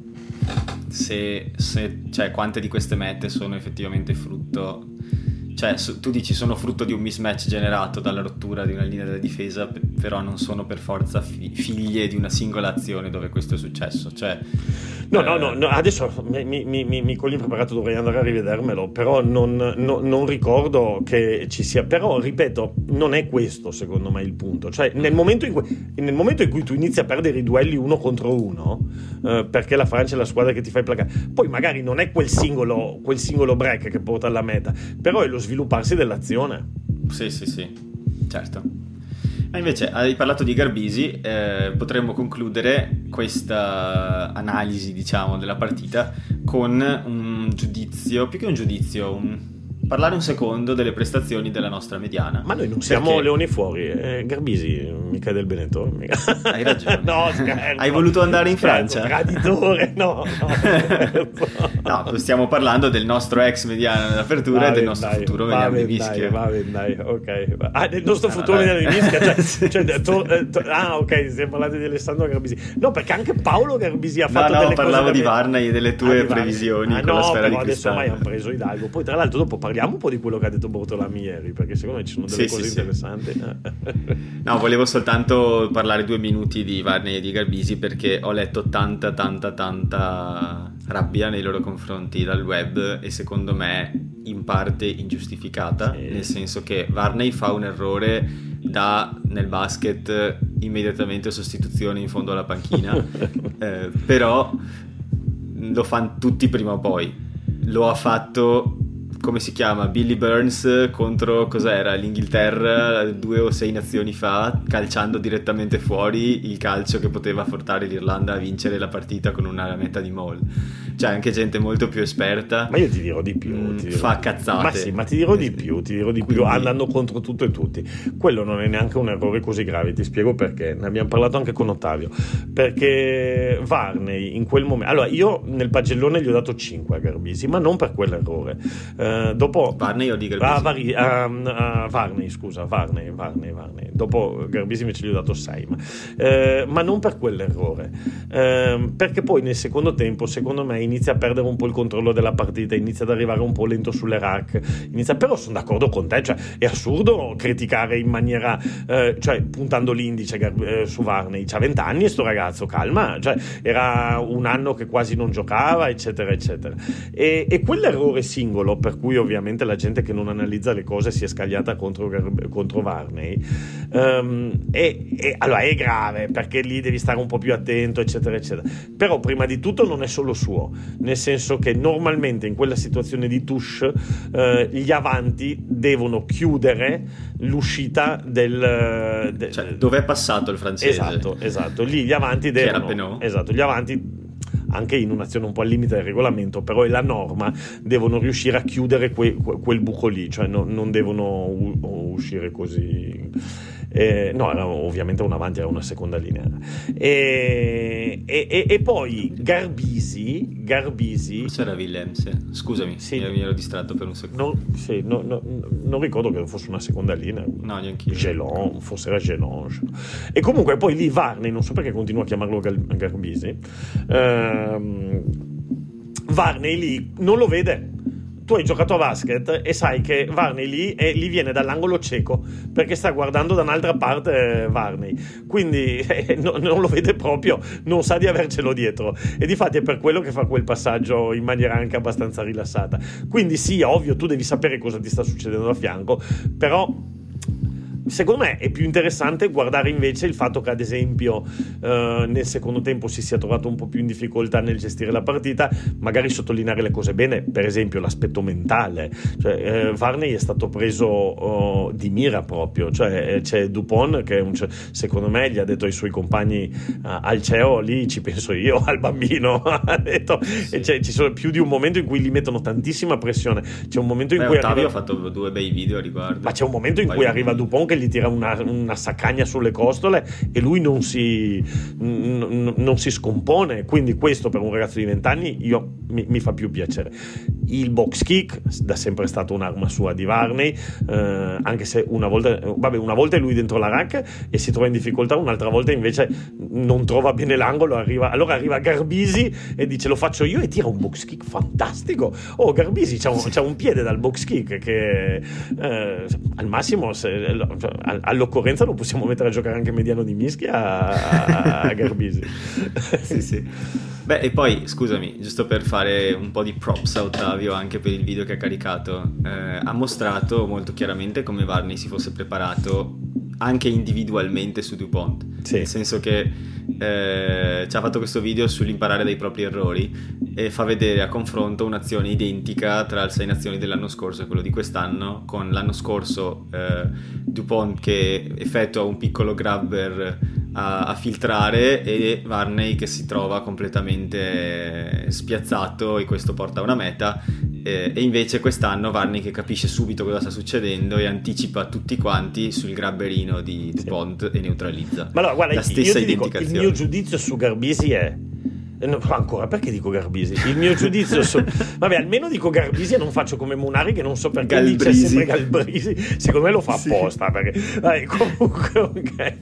S1: se, se cioè quante di queste mete sono effettivamente frutto, cioè su, tu dici sono frutto di un mismatch generato dalla rottura di una linea della difesa, p- però non sono per forza fi- figlie di una singola azione dove questo è successo, cioè
S2: No, no, no, no, adesso mi, mi, mi, mi cogli impreparato, dovrei andare a rivedermelo, però non, no, non ricordo che ci sia, però ripeto, non è questo secondo me il punto, cioè nel momento in cui, nel momento in cui tu inizi a perdere i duelli uno contro uno, eh, perché la Francia è la squadra che ti fai placare, poi magari non è quel singolo, quel singolo break che porta alla meta, però è lo svilupparsi dell'azione.
S1: Sì, sì, sì, certo. Ma invece hai parlato di Garbisi, eh, potremmo concludere questa analisi, diciamo, della partita con un giudizio, più che un giudizio, un... parlare un secondo delle prestazioni della nostra mediana.
S2: Ma noi non siamo
S1: perché... leoni
S2: fuori, eh, Garbisi mica è del Benetton, mica.
S1: Hai ragione.
S2: No, scherzo.
S1: Hai voluto andare in
S2: Scherzo,
S1: Francia?
S2: Traditore, no, no.
S1: No, stiamo parlando del nostro ex mediano nell'apertura
S2: va
S1: e del
S2: ben,
S1: nostro
S2: dai,
S1: futuro mediano di Mischia.
S2: Va bene, dai, ok. Ah, del nostro futuro mediano di Mischia, cioè, cioè, to, to, ah, ok, stiamo parlando di Alessandro Garbisi. No, perché anche Paolo Garbisi ha fatto
S1: no, no,
S2: delle
S1: parlavo
S2: cose
S1: di
S2: da...
S1: Varney e delle tue
S2: ah,
S1: previsioni
S2: ah,
S1: con
S2: no,
S1: la sfera
S2: però
S1: di cristallo.
S2: adesso mai hanno preso Hidalgo. Poi tra l'altro dopo parliamo un po' di quello che ha detto Bortolami ieri, perché secondo me ci sono delle
S1: sì,
S2: cose
S1: sì,
S2: interessanti.
S1: Sì. No, volevo soltanto parlare due minuti di Varney e di Garbisi perché ho letto tanta tanta tanta rabbia nei loro confronti dal web e secondo me in parte ingiustificata, sì. Nel senso che Varney fa un errore da nel basket immediatamente sostituzione in fondo alla panchina eh, però lo fanno tutti prima o poi. Lo ha fatto, come si chiama, Billy Burns contro, cos'era, l'Inghilterra due o sei nazioni fa, calciando direttamente fuori il calcio che poteva portare l'Irlanda a vincere la partita con una meta di Maul. Cioè anche gente molto più esperta,
S2: ma io ti dirò di più,
S1: mh,
S2: ti dirò
S1: fa
S2: di...
S1: cazzate.
S2: Ma sì, ma ti dirò di più, ti dirò di
S1: Quindi...
S2: più, andando contro tutto e tutti. Quello non è neanche un errore così grave, ti spiego perché. Ne abbiamo parlato anche con Ottavio, perché Varney in quel momento, allora io nel pagellone gli ho dato cinque a Garbisi, ma non per quell'errore. Uh, dopo
S1: Varney o di Garbisi?
S2: Ah, Vari... uh, uh, Varney, scusa, Varney, Varney, Varney. Dopo Garbisi invece gli ho dato sei, ma, uh, ma non per quell'errore, uh, perché poi nel secondo tempo secondo me inizia a perdere un po' il controllo della partita, inizia ad arrivare un po' lento sulle rack, inizia... però sono d'accordo con te, cioè è assurdo criticare in maniera uh, cioè puntando l'indice uh, su Varney. C'ha venti anni e sto ragazzo, calma, cioè era un anno che quasi non giocava, eccetera eccetera, e, e quell'errore singolo per cui ovviamente la gente che non analizza le cose si è scagliata contro, contro Varney, um, e, e, allora è grave perché lì devi stare un po' più attento, eccetera eccetera, però prima di tutto non è solo suo, nel senso che normalmente in quella situazione di touche eh, gli avanti devono chiudere l'uscita del, del
S1: cioè dove è passato il francese,
S2: esatto, esatto, lì gli avanti devono, esatto, gli avanti anche in un'azione un po' al limite del regolamento, però è la norma, devono riuscire a chiudere que, que, quel buco lì, cioè no, non devono u- uscire così. Eh, no, era ovviamente un avanti, era una seconda linea. E, e, e poi Garbisi, Garbisi.
S1: C'era Willems, scusami, sì, mi ero distratto per un secondo.
S2: No, sì, no, no, non ricordo che fosse una seconda linea.
S1: No, neanche io.
S2: Gelon, forse era Gelon. E comunque poi lì Varney, non so perché continua a chiamarlo Garbisi. Ehm, Varney lì non lo vede. Tu hai giocato a basket e sai che Varney lì, e lì viene dall'angolo cieco perché sta guardando da un'altra parte eh, Varney, quindi eh, no, non lo vede proprio, non sa di avercelo dietro, e difatti è per quello che fa quel passaggio in maniera anche abbastanza rilassata. Quindi sì, ovvio, tu devi sapere cosa ti sta succedendo a fianco, però secondo me è più interessante guardare invece il fatto che ad esempio eh, nel secondo tempo si sia trovato un po' più in difficoltà nel gestire la partita, magari sottolineare le cose bene, per esempio l'aspetto mentale, cioè eh, Varney è stato preso oh, di mira proprio, cioè c'è Dupont che un, secondo me gli ha detto ai suoi compagni uh, al C E O, lì ci penso io al bambino, ha detto, sì. E c'è, ci sono più di un momento in cui gli mettono tantissima pressione, c'è un momento in
S1: Beh,
S2: cui
S1: Ottavio
S2: arriva...
S1: ha fatto due bei video a riguardo,
S2: ma c'è un momento in Poi... cui arriva Dupont che gli tira una, una saccagna sulle costole e lui non si n- non si scompone, quindi questo per un ragazzo di venti anni io, mi, mi fa più piacere. il box kick da sempre stato un'arma sua di Varney, eh, anche se una volta vabbè una volta è lui dentro la rack e si trova in difficoltà, un'altra volta invece non trova bene l'angolo, arriva, allora arriva Garbisi e dice lo faccio io e tira un box kick fantastico. Oh, Garbisi c'ha un, c'ha un piede dal box kick che eh, al massimo se, all'occorrenza lo possiamo mettere a giocare anche mediano di mischia a, a Garbisi.
S1: Sì, sì. Beh, e poi scusami, giusto per fare un po' di props a Ottavio anche per il video che ha caricato, eh, ha mostrato molto chiaramente come Varney si fosse preparato anche individualmente su DuPont,
S2: sì.
S1: Nel senso che eh, ci ha fatto questo video sull'imparare dai propri errori e fa vedere a confronto un'azione identica tra il sei nazioni dell'anno scorso e quello di quest'anno, con l'anno scorso eh, DuPont che effettua un piccolo grabber a, a filtrare e Varney che si trova completamente spiazzato e questo porta a una meta. E invece quest'anno Varney che capisce subito cosa sta succedendo e anticipa tutti quanti sul grabberino di DuPont sì. e neutralizza.
S2: Ma allora, guarda,
S1: la stessa
S2: io ti dico,
S1: identificazione.
S2: Il mio giudizio su Garbisi è no, ancora perché dico Garbisi? Il mio giudizio su vabbè, almeno dico Garbisi e non faccio come Munari che non so perché
S1: Galbrisi.
S2: dice sempre Galbrisi, secondo me lo fa apposta sì. perché dai, comunque ok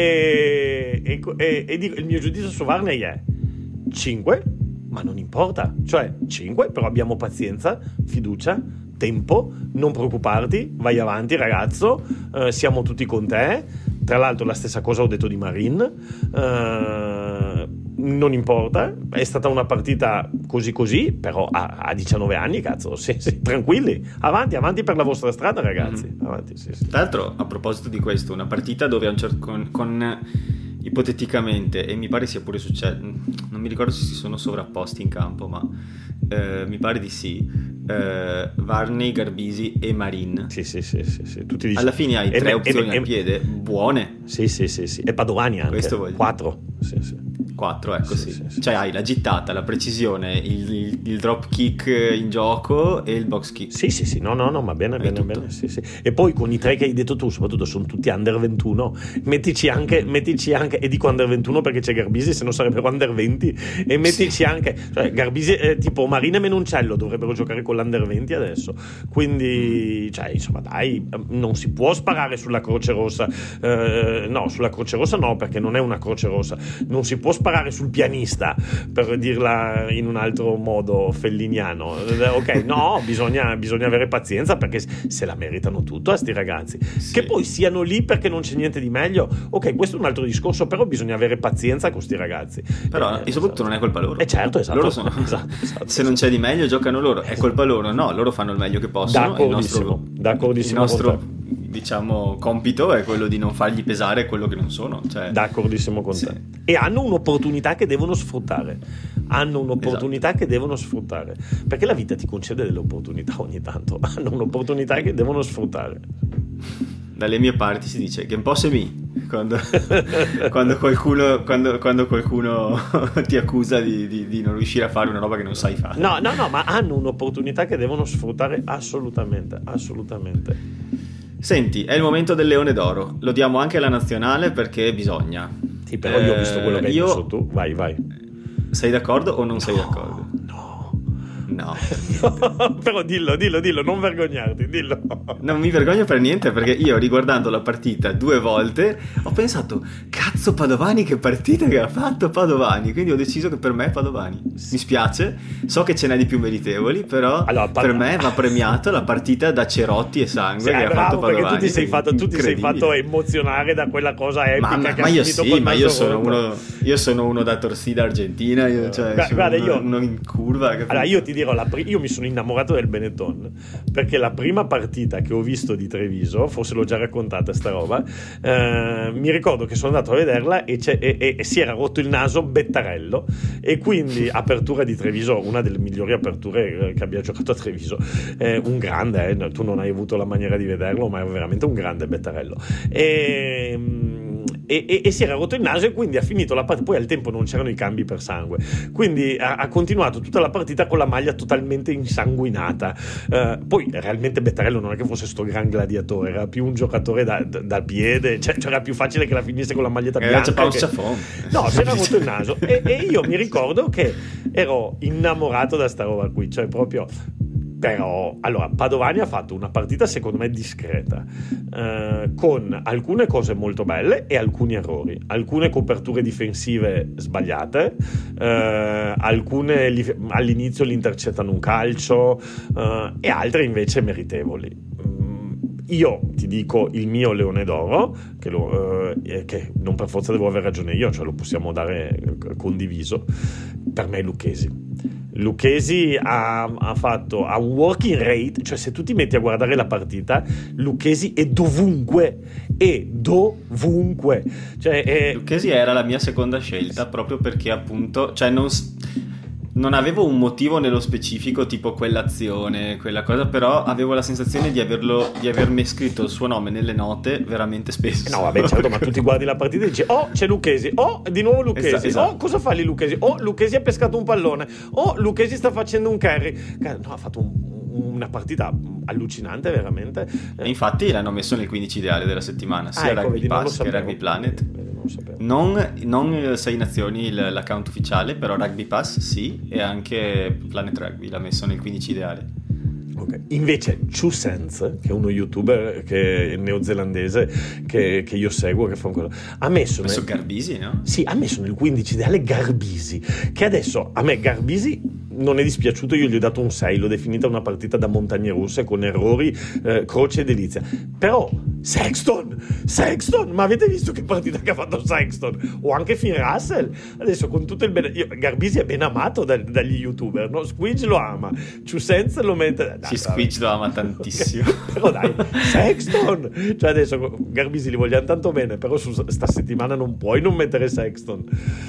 S2: e, e, e, e dico, il mio giudizio su Varney è cinque, ma non importa, cioè cinque, però abbiamo pazienza, fiducia, tempo, non preoccuparti, vai avanti ragazzo, eh, siamo tutti con te. Tra l'altro la stessa cosa ho detto di Marin, eh, non importa, è stata una partita così così, però a, a diciannove anni, cazzo, sì, sì, tranquilli, avanti, avanti per la vostra strada ragazzi, mm-hmm. avanti, sì, sì.
S1: Tra l'altro a proposito di questo, una partita dove a un certo, con, con ipoteticamente, e mi pare sia pure successo, non mi ricordo se si sono sovrapposti in campo, ma eh, mi pare di sì, eh, Varney, Garbisi e Marin.
S2: Sì, sì, sì, sì, sì. Tu ti dici,
S1: alla fine hai
S2: e,
S1: tre
S2: e,
S1: opzioni
S2: e,
S1: al piede, buone.
S2: Sì, sì, sì, sì. E Padovani anche.
S1: Questo voglio.
S2: Quattro. Sì, sì.
S1: quattro, ecco sì,
S2: sì.
S1: sì,
S2: sì
S1: cioè
S2: sì.
S1: hai la gittata, la precisione, il, il, il drop kick in gioco e il box kick.
S2: Sì, sì, sì, no, no, no, ma bene,
S1: hai
S2: bene,
S1: tutto.
S2: bene, sì, sì. E poi con i tre che hai detto tu, soprattutto sono tutti under ventuno, mettici anche, mettici anche, e dico under ventuno perché c'è Garbisi, se no sarebbero under venti, e mettici sì. anche, cioè Garbisi, eh, tipo Marina e Menoncello dovrebbero giocare con l'under venti adesso, quindi, cioè, insomma, dai, non si può sparare sulla Croce Rossa, eh, no, sulla Croce Rossa no, perché non è una Croce Rossa, non si può sparare sul pianista, per dirla in un altro modo felliniano, ok, no, bisogna, bisogna avere pazienza perché se la meritano tutto a sti ragazzi, sì. Che poi siano lì perché non c'è niente di meglio, ok, questo è un altro discorso, però bisogna avere pazienza con sti ragazzi,
S1: però eh, e soprattutto esatto. non è colpa loro,
S2: eh certo, esatto,
S1: loro sono,
S2: esatto, esatto,
S1: se non c'è di meglio giocano loro, è colpa loro, no, loro fanno il meglio che possono,
S2: d'accordissimo,
S1: il nostro,
S2: d'accordissimo
S1: il nostro diciamo compito è quello di non fargli pesare quello che non sono, cioè,
S2: d'accordissimo con
S1: sì.
S2: te, e hanno un'opportunità che devono sfruttare, hanno un'opportunità esatto. che devono sfruttare, perché la vita ti concede delle opportunità ogni tanto, hanno un'opportunità che devono sfruttare.
S1: Dalle mie parti si dice che un po' se mi quando, quando qualcuno quando, quando qualcuno ti accusa di, di, di non riuscire a fare una roba che non sai fare.
S2: No, no, no, ma hanno un'opportunità che devono sfruttare assolutamente, assolutamente.
S1: Senti, è il momento del Leone d'Oro, lo diamo anche alla nazionale perché bisogna.
S2: Sì, però io ho visto quello che hai
S1: io...
S2: messo tu, vai, vai.
S1: Sei d'accordo o non
S2: no,
S1: sei d'accordo?
S2: No.
S1: No.
S2: Però dillo, dillo, dillo, non vergognarti, dillo.
S1: Non mi vergogno per niente perché io riguardando la partita due volte ho pensato, cazzo Padovani che partita che ha fatto Padovani, quindi ho deciso che per me è Padovani. Mi spiace, so che ce n'è di più meritevoli, però allora, Pad- per me va premiato la partita da cerotti e sangue sì, che ha fatto Padovani.
S2: Perché tu ti sei fatto, tu ti sei fatto emozionare da quella cosa epica
S1: ma,
S2: che
S1: ma
S2: ha
S1: io
S2: finito
S1: sì,
S2: col
S1: ma io sono,
S2: rotto.
S1: uno, io sono uno da torsida argentina, io, cioè,
S2: guarda, guarda,
S1: uno,
S2: io,
S1: uno in curva. Capito?
S2: Allora io ti dirò, la pri- io mi sono innamorato del Benetton perché la prima partita che ho visto di Treviso, forse l'ho già raccontata sta roba, eh, mi ricordo che sono andato a vederla e, c'è, e, e, e si era rotto il naso Bettarello, e quindi apertura di Treviso, una delle migliori aperture che abbia giocato a Treviso, eh, un grande, eh, tu non hai avuto la maniera di vederlo, ma è veramente un grande Bettarello, e E, e, e si era rotto il naso e quindi ha finito la partita. Poi al tempo non c'erano i cambi per sangue, quindi ha, ha continuato tutta la partita con la maglia totalmente insanguinata. Uh, poi realmente Bettarello non è che fosse sto gran gladiatore, era più un giocatore da, da, da piede, cioè, cioè era più facile che la finisse con la maglietta
S1: era
S2: bianca che... no, si era rotto il naso e, e io mi ricordo che ero innamorato da sta roba qui, cioè proprio Però, allora, Padovani ha fatto una partita secondo me discreta, eh, con alcune cose molto belle e alcuni errori, alcune coperture difensive sbagliate, eh, alcune li, all'inizio gli intercettano un calcio, eh, e altre invece meritevoli. Io ti dico il mio leone d'oro, che, lo, eh, che non per forza devo aver ragione io, cioè lo possiamo dare condiviso. Per me è Lucchesi. Lucchesi ha, ha fatto ha un working rate, cioè se tu ti metti a guardare la partita, Lucchesi è dovunque, è dovunque. Cioè è...
S1: Lucchesi era la mia seconda scelta proprio perché appunto, cioè non, non avevo un motivo nello specifico, tipo quell'azione, quella cosa, però avevo la sensazione di averlo, di avermi scritto il suo nome nelle note veramente spesso.
S2: No, vabbè, certo, ma tu ti guardi la partita e dici: oh, c'è Lucchesi, oh, di nuovo Lucchesi, esatto, esatto. Oh, cosa fa lì Lucchesi? Oh, Lucchesi ha pescato un pallone, oh, Lucchesi sta facendo un carry. No, ha fatto un, una partita allucinante, veramente.
S1: E infatti l'hanno messo nel quindici ideale della settimana, sia ah, ecco, Rugby vedi, Pass che Rugby Planet. Non, non sei nazioni l'account ufficiale, però Rugby Pass sì, e anche Planet Rugby l'ha messo nel quindici ideale.
S2: Okay. Invece Chu Sense, che è uno youtuber che è neozelandese che, che io seguo, che fa quello, ha messo,
S1: ha messo
S2: nel...
S1: Garbisi, no?
S2: Sì, ha messo nel quindici ideale Garbisi, che adesso a me Garbisi non è dispiaciuto, io gli ho dato un sei, l'ho definita una partita da montagne russe con errori, eh, croce e delizia. Però Sexton, Sexton, ma avete visto che partita che ha fatto Sexton? O anche Finn Russell. Adesso con tutto il bene, io, Garbisi è ben amato da, dagli youtuber, no? Squidge lo ama, Chu Sense lo mette.
S1: Dai, sì, Squidge lo ama tantissimo.
S2: Però dai, Sexton, cioè adesso Garbisi li vogliamo tanto bene, però su sta settimana non puoi non mettere Sexton.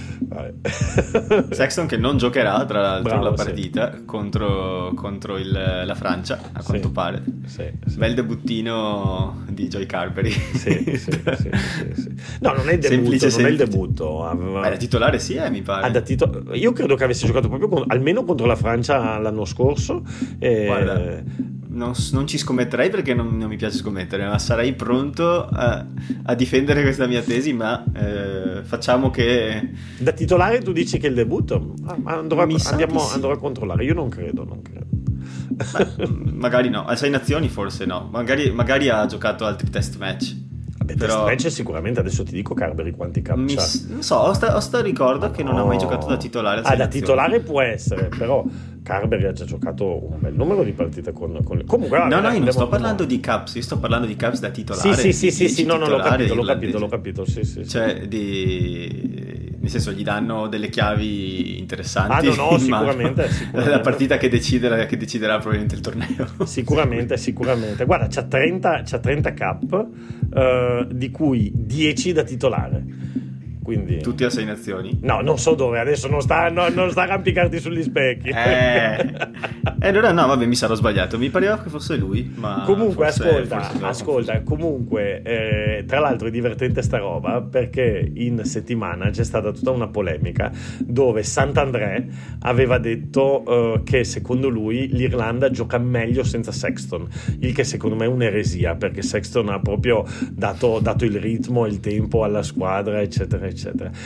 S1: Sexton che non giocherà tra l'altro. Bravo, la partita
S2: sì.
S1: contro, contro il, la Francia, a quanto
S2: sì,
S1: pare.
S2: Sì, sì.
S1: Bel debuttino di Joy Carberry.
S2: Sì, sì, sì, sì, sì. No, non è il debutto,
S1: semplice,
S2: non
S1: semplice.
S2: è il debutto. Aveva...
S1: Ma da titolare sì, eh, mi pare.
S2: Ah, da tito... Io credo che avesse giocato proprio con... almeno contro la Francia l'anno scorso. E...
S1: Guarda, non, non ci scommetterei perché non, non mi piace scommettere, ma sarei pronto a, a difendere questa mia tesi, ma eh, facciamo che...
S2: Da titolare tu dici che è il debutto? Ah, andrò, a, andiamo,
S1: sì.
S2: andrò a controllare, io non credo, non credo.
S1: Beh, magari no, a sei nazioni forse no, magari, magari ha giocato altri test match.
S2: Vabbè, però... test match sicuramente, adesso ti dico Carberry quanti cap
S1: mi, non so, ho sta, ho sta ricordo oh, che non ha mai giocato da titolare.
S2: Ah, da titolare può essere, però Carberry ha già giocato un bel numero di partite con, con... comunque
S1: no,
S2: vabbè,
S1: no, io non sto parlando
S2: no.
S1: di caps, io sto parlando di caps da titolare.
S2: Sì, sì, sì, sì, no, no, l'ho capito, l'ho
S1: irlandese.
S2: capito, l'ho capito, sì, sì.
S1: Cioè, di... nel senso, gli danno delle chiavi interessanti.
S2: Ah, no, no, sicuramente, sicuramente.
S1: La partita che, decide, che deciderà probabilmente il torneo.
S2: Sicuramente, sicuramente. Guarda, c'ha trenta, c'ha trenta cap, uh, di cui dieci da titolare. Quindi...
S1: tutti a sei nazioni?
S2: No, non so dove, adesso non sta, no, non sta a arrampicarti sugli specchi.
S1: Eh, eh allora no, vabbè, mi sarò sbagliato, mi pareva che fosse lui, ma
S2: comunque
S1: forse,
S2: ascolta,
S1: forse no,
S2: ascolta,
S1: forse...
S2: comunque eh, tra l'altro è divertente sta roba perché in settimana c'è stata tutta una polemica dove Sant'André aveva detto uh, che secondo lui l'Irlanda gioca meglio senza Sexton, il che secondo me è un'eresia perché Sexton ha proprio dato, dato il ritmo e il tempo alla squadra, eccetera eccetera.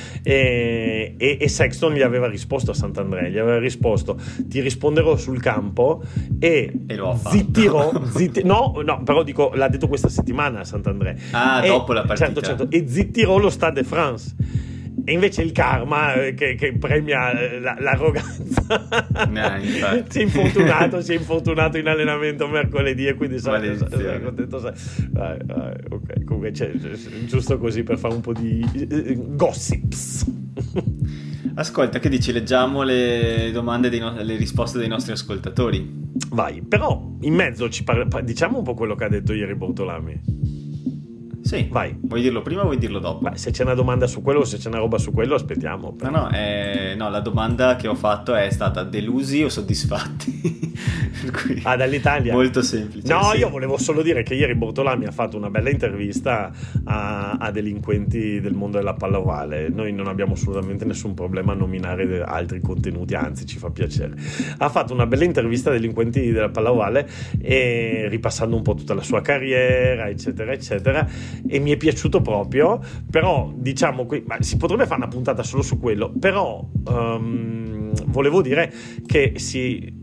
S2: E, e, e Sexton gli aveva risposto a Sant'André, gli aveva risposto: ti risponderò sul campo e,
S1: e lo
S2: zittirò zitti, no, no, però dico, l'ha detto questa settimana a Sant'André.
S1: Ah,
S2: e,
S1: dopo la partita.
S2: Certo, certo, e zittirò lo Stade de France. E invece il karma eh, che, che premia la, l'arroganza
S1: eh,
S2: si è infortunato si è infortunato in allenamento mercoledì e quindi sarà contento. Vai, vai, ok, comunque c'è, c'è, giusto così per fare un po' di eh, gossips.
S1: Ascolta, che dici? Leggiamo le domande dei no- le risposte dei nostri ascoltatori.
S2: Vai, però in mezzo ci parla, diciamo un po' quello che ha detto ieri Bortolami.
S1: Sì,
S2: vai.
S1: Vuoi dirlo prima o vuoi dirlo dopo?
S2: Beh, se c'è una domanda su quello o se c'è una roba su quello aspettiamo.
S1: Però. No, no, eh, no, la domanda che ho fatto è stata: delusi o soddisfatti? Per cui
S2: ah, dall'Italia?
S1: Molto semplice.
S2: No,
S1: sì.
S2: Io volevo solo dire che ieri Bortolami ha fatto una bella intervista a, a delinquenti del mondo della pallavolo. Noi non abbiamo assolutamente nessun problema a nominare altri contenuti, anzi ci fa piacere. Ha fatto una bella intervista a delinquenti della pallavolo e ripassando un po' tutta la sua carriera, eccetera eccetera, e mi è piaciuto proprio. Però diciamo qui, ma si potrebbe fare una puntata solo su quello, però um, volevo dire che si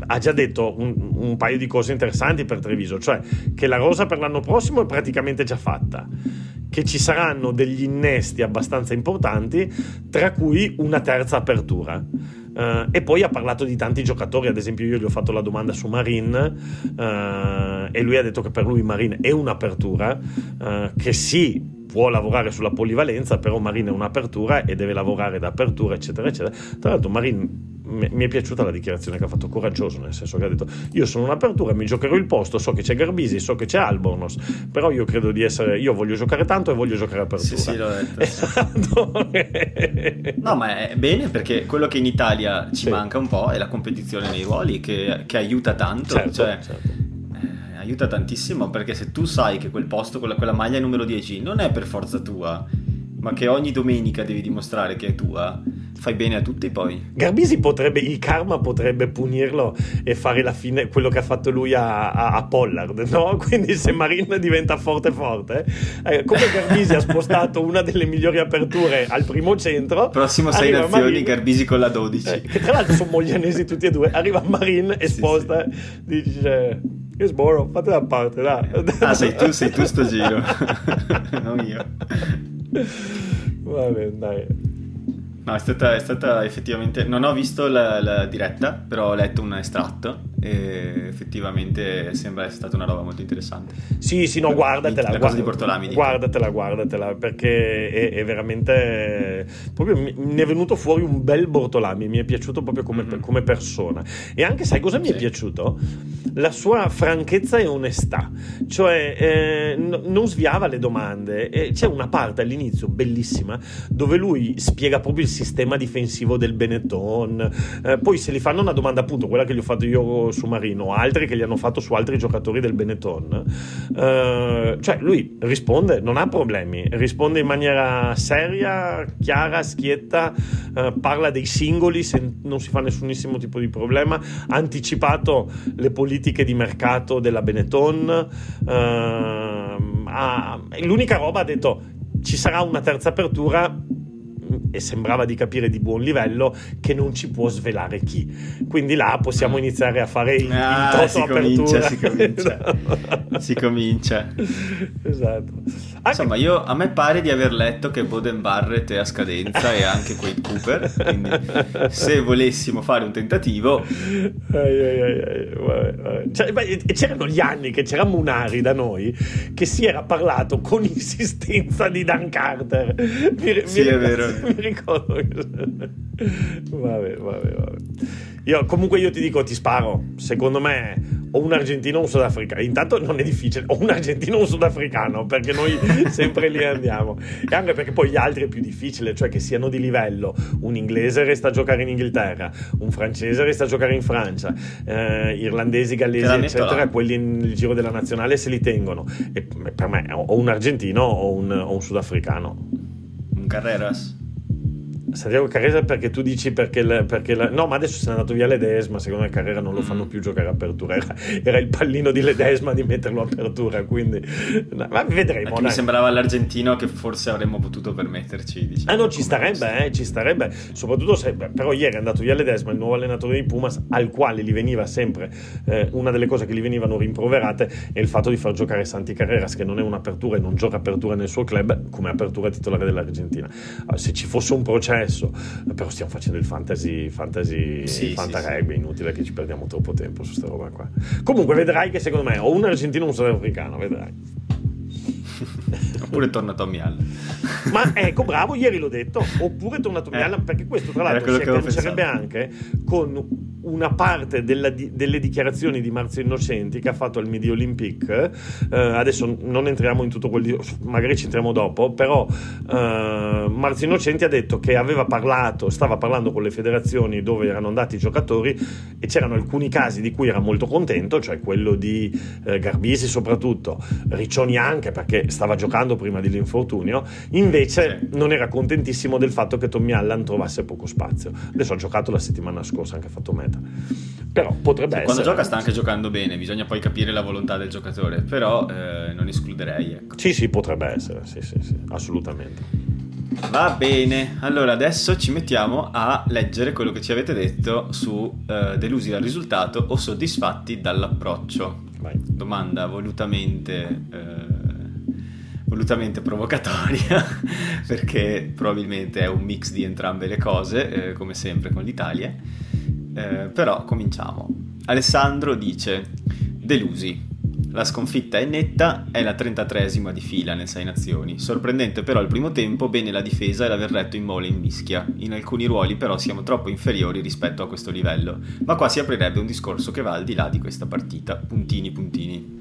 S2: ha già detto un, un paio di cose interessanti per Treviso, cioè che la rosa per l'anno prossimo è praticamente già fatta, che ci saranno degli innesti abbastanza importanti, tra cui una terza apertura. Uh, e poi ha parlato di tanti giocatori, ad esempio io gli ho fatto la domanda su Marin uh, e lui ha detto che per lui Marin è un'apertura, uh, che sì, può lavorare sulla polivalenza, però Marin è un'apertura e deve lavorare da apertura, eccetera eccetera. Tra l'altro Marin, mi è piaciuta la dichiarazione che ha fatto, coraggioso, nel senso che ha detto: io sono un'apertura, mi giocherò il posto, so che c'è Garbisi, so che c'è Albornoz, però io credo di essere, io voglio giocare tanto e voglio giocare apertura.
S1: Sì, sì, l'ho detto.
S2: Esatto.
S1: No, ma è bene, perché quello che in Italia ci
S2: sì.
S1: manca un po' è la competizione nei ruoli, che, che aiuta tanto,
S2: certo,
S1: cioè
S2: certo.
S1: eh, aiuta tantissimo, perché se tu sai che quel posto, quella, quella maglia numero dieci non è per forza tua, ma che ogni domenica devi dimostrare che è tua, fai bene a tutti. Poi
S2: Garbisi potrebbe, il karma potrebbe punirlo e fare la fine, quello che ha fatto lui a, a, a Pollard, no? Quindi se Marin diventa forte forte, eh, come Garbisi ha spostato una delle migliori aperture al primo centro,
S1: prossimo sei nazioni Marin, Garbisi con la dodici,
S2: eh, che tra l'altro sono moglianesi tutti e due, arriva Marin e sposta, sì, sì. Dice: che sboro, fate da parte, dai.
S1: Ah, sei tu, sei tu sto giro. Non io.
S2: Va bene, dai.
S1: No, è stata, è stata effettivamente... Non ho visto la, la diretta, però ho letto un estratto e effettivamente sembra essere stata una roba molto interessante.
S2: Sì, sì, no, guardatela.
S1: La cosa di Bortolami.
S2: Guardatela, guardatela, perché è, è veramente... Proprio mi è venuto fuori un bel Bortolami, mi è piaciuto proprio come, mm-hmm. come persona. E anche, sai cosa mi sì. è piaciuto? La sua franchezza e onestà. Cioè, eh, n- non sviava le domande. E c'è una parte all'inizio bellissima dove lui spiega proprio il sistema difensivo del Benetton, eh, poi se gli fanno una domanda, appunto quella che gli ho fatto io su Marino, altri che gli hanno fatto su altri giocatori del Benetton, eh, cioè lui risponde, non ha problemi, risponde in maniera seria, chiara, schietta, eh, parla dei singoli, se non si fa nessunissimo tipo di problema, ha anticipato le politiche di mercato della Benetton, eh, ha, l'unica roba ha detto: ci sarà una terza apertura, e sembrava di capire di buon livello, che non ci può svelare chi, quindi là possiamo iniziare a fare il,
S1: ah,
S2: il toto
S1: si
S2: apertura.
S1: comincia, si comincia si comincia
S2: esatto. Anche...
S1: insomma, io, a me pare di aver letto che Boden Barrett è a scadenza e anche Quade Cooper, quindi se volessimo fare un tentativo
S2: ai, ai, ai, ai. Vabbè, vabbè. Cioè, beh, c'erano gli anni che c'era Munari da noi che si era parlato con insistenza di Dan Carter, mi,
S1: sì
S2: mi
S1: è
S2: ricordo,
S1: vero
S2: mi ricordo che... vabbè, vabbè, vabbè. Io comunque io ti dico, ti sparo, secondo me o un argentino o un sudafricano, intanto non è difficile, o un argentino o un sudafricano, perché noi sempre lì andiamo, e anche perché poi gli altri è più difficile, cioè che siano di livello. Un inglese resta a giocare in Inghilterra, un francese resta a giocare in Francia, eh, irlandesi, gallesi eccetera, quelli nel giro della nazionale se li tengono, e per me o un argentino o un, o un sudafricano.
S1: Un Carreras?
S2: Santiago Carrera, perché tu dici perché, la, perché la, no, ma adesso se n'è andato via Ledesma, secondo me Carrera non lo fanno più giocare apertura, era, era il pallino di Ledesma di metterlo apertura, quindi no, ma vedremo.
S1: Mi sembrava l'argentino che forse avremmo potuto permetterci, diciamo.
S2: Ah no, ci starebbe, eh, ci starebbe, soprattutto se, però ieri è andato via Ledesma, il nuovo allenatore dei Pumas, al quale gli veniva sempre eh, una delle cose che gli venivano rimproverate è il fatto di far giocare Santi Carreras, che non è un'apertura e non gioca apertura nel suo club come apertura titolare dell'Argentina. Allora, se ci fosse un processo, però stiamo facendo il fantasy fantasy
S1: sì,
S2: fantarugby,
S1: sì, sì.
S2: Inutile che ci perdiamo troppo tempo su sta roba qua. Comunque vedrai che secondo me o un argentino o un sudafricano, vedrai.
S1: Oppure torna Tommy Allen.
S2: Ma ecco, bravo, ieri l'ho detto, oppure torna Tommy Allen, eh, perché questo tra l'altro si agganciarebbe anche con una parte della, delle dichiarazioni di Marzio Innocenti che ha fatto al Midi Olympique. Eh, adesso non entriamo in tutto quel di... magari ci entriamo dopo, però eh, Marzio Innocenti ha detto che aveva parlato, stava parlando con le federazioni dove erano andati i giocatori e c'erano alcuni casi di cui era molto contento, cioè quello di eh, Garbisi soprattutto, Riccioni anche perché stava giocando prima dell'infortunio, invece sì. non era contentissimo del fatto che Tommy Allen trovasse poco spazio. Adesso ha giocato la settimana scorsa, anche fatto meta, però potrebbe sì, essere.
S1: Quando gioca sta anche giocando bene, bisogna poi capire la volontà del giocatore, però eh, non escluderei, ecco.
S2: Sì sì, potrebbe essere, sì sì sì, assolutamente.
S1: Va bene, allora adesso ci mettiamo a leggere quello che ci avete detto su uh, delusi dal risultato o soddisfatti dall'approccio.
S2: Vai.
S1: Domanda volutamente uh, volutamente provocatoria perché probabilmente è un mix di entrambe le cose, eh, come sempre con l'Italia, eh, però cominciamo. Alessandro dice: delusi. La sconfitta è netta, è la trentatreesima di fila nel Sei Nazioni. Sorprendente però il primo tempo, bene la difesa e l'aver retto in mole in mischia. In alcuni ruoli però siamo troppo inferiori rispetto a questo livello. Ma qua si aprirebbe un discorso che va al di là di questa partita. Puntini puntini.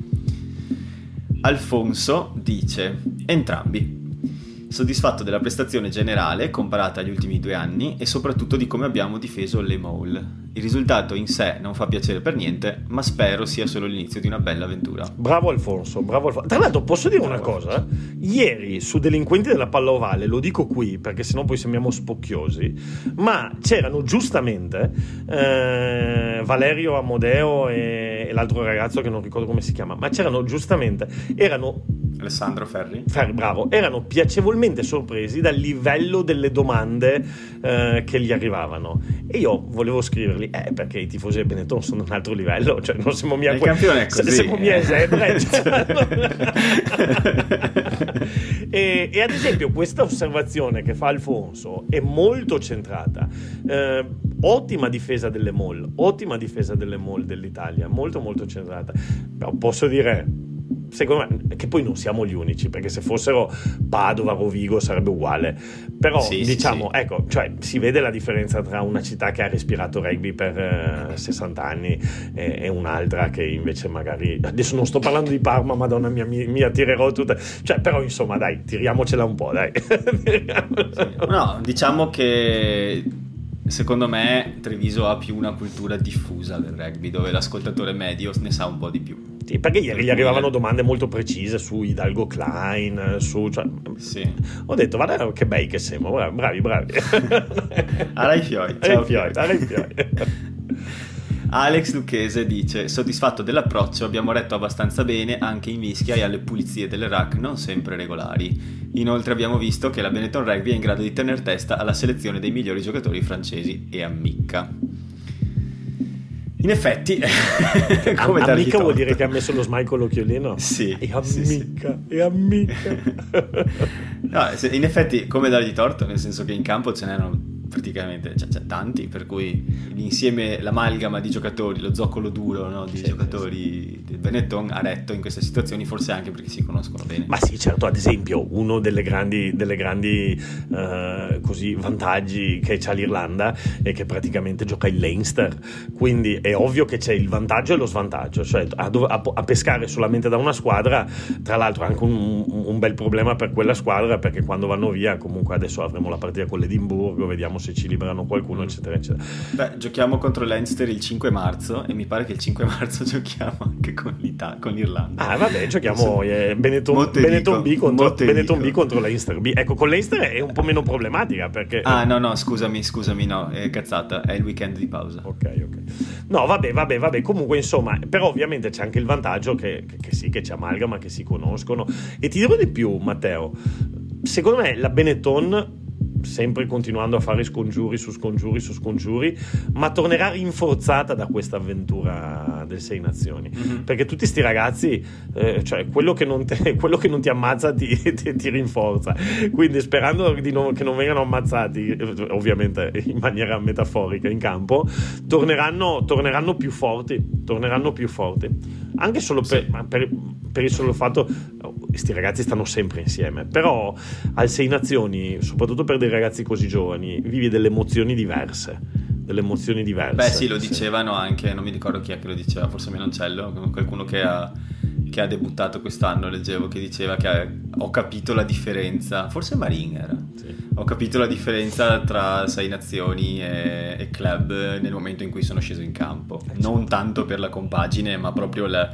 S1: Alfonso dice: entrambi. Soddisfatto della prestazione generale comparata agli ultimi due anni e soprattutto di come abbiamo difeso le Mole. Il risultato in sé non fa piacere per niente, ma spero sia solo l'inizio di una bella avventura.
S2: Bravo Alfonso, bravo Alfonso. Tra l'altro posso dire
S1: bravo
S2: una cosa? Ieri su Delinquenti della Palla Ovale, lo dico qui perché sennò poi sembriamo spocchiosi, ma c'erano giustamente eh, Valerio Amodeo e, e l'altro ragazzo che non ricordo come si chiama, ma c'erano giustamente, erano
S1: Alessandro Ferri.
S2: Ferri, bravo, erano piacevolmente sorpresi dal livello delle domande eh, che gli arrivavano. E io volevo scriverli, eh, perché i tifosi del Benetton sono ad un altro livello, cioè non siamo mica...
S1: Il campione è così.
S2: Siamo mica esebre. e, e ad esempio questa osservazione che fa Alfonso è molto centrata. Eh, ottima difesa delle Mol, ottima difesa delle Mol dell'Italia, molto molto centrata. Però posso dire... secondo me, che poi non siamo gli unici, perché se fossero Padova, Rovigo sarebbe uguale, però
S1: sì,
S2: diciamo,
S1: sì, sì.
S2: ecco, cioè si vede la differenza tra una città che ha respirato rugby per eh, sessanta anni e, e un'altra che invece magari, adesso non sto parlando di Parma, madonna mia, mi, mi attirerò tutta, cioè però insomma dai, tiriamocela un po', dai.
S1: No, diciamo che secondo me Treviso ha più una cultura diffusa del rugby, dove l'ascoltatore medio ne sa un po' di più.
S2: Sì, perché ieri gli arrivavano domande molto precise su Hidalgo Klein, su, cioè,
S1: sì.
S2: Ho detto, guarda che bei che siamo, bravi, bravi.
S1: Arai fioi, ciao
S2: fioi, arai fioi.
S1: Alex Lucchese dice: soddisfatto dell'approccio, abbiamo retto abbastanza bene anche in mischia e alle pulizie delle rack non sempre regolari. Inoltre abbiamo visto che la Benetton Rugby è in grado di tener testa alla selezione dei migliori giocatori francesi e ammicca. In effetti, come
S2: Am- ammicca vuol
S1: torto.
S2: dire che ha messo lo smile con l'occhiolino?
S1: Sì.
S2: E ammicca,
S1: sì, sì.
S2: e ammicca.
S1: No, in effetti, come dargli torto, nel senso che in campo ce n'erano praticamente, cioè, cioè, tanti, per cui l'insieme, l'amalgama di giocatori, lo zoccolo duro, no, di
S2: sì,
S1: giocatori
S2: sì.
S1: del Benetton ha retto in queste situazioni, forse anche perché si conoscono bene.
S2: Ma sì, certo, ad esempio uno delle grandi, delle grandi uh, così vantaggi che c'ha l'Irlanda è che praticamente gioca il Leinster, quindi è ovvio che c'è il vantaggio e lo svantaggio, cioè a, a, a pescare solamente da una squadra, tra l'altro anche un, un bel problema per quella squadra, perché quando vanno via, comunque adesso avremo la partita con l'Edimburgo, vediamo se ci liberano qualcuno, eccetera eccetera.
S1: Beh, giochiamo contro l'Leinster il cinque marzo e mi pare che il cinque marzo giochiamo anche con, l'Italia, con l'Irlanda.
S2: Ah vabbè, giochiamo eh, Benetton, Benetton B contro Benetton B contro Leinster B. Ecco, con Leinster è un po' meno problematica perché...
S1: Ah no no, scusami, scusami, no, è cazzata, è il weekend di pausa.
S2: Ok, ok. No, vabbè, vabbè, vabbè, comunque insomma, però ovviamente c'è anche il vantaggio che, che, che sì, che ci amalgama, che si conoscono. E ti dirò di più, Matteo, secondo me la Benetton, sempre continuando a fare scongiuri su scongiuri su scongiuri, ma tornerà rinforzata da questa avventura del Sei Nazioni, mm-hmm. perché tutti sti ragazzi, eh, cioè quello che non te, quello che non ti ammazza ti, ti, ti rinforza, quindi sperando di non, che non vengano ammazzati, ovviamente in maniera metaforica in campo, torneranno, torneranno più forti, torneranno più forti, anche solo per, sì. per, per il solo fatto, questi ragazzi stanno sempre insieme, però al Sei Nazioni, soprattutto per dei ragazzi così giovani, vivi delle emozioni diverse, delle emozioni diverse.
S1: Beh sì, lo dicevano sì. anche, non mi ricordo chi è che lo diceva, forse Menoncello, qualcuno che ha, che ha debuttato quest'anno, leggevo, che diceva che ha, ho capito la differenza, forse Marin era, sì. ho capito la differenza tra Sei Nazioni e, e club nel momento in cui sono sceso in campo, eh, non certo. tanto per la compagine, ma proprio la,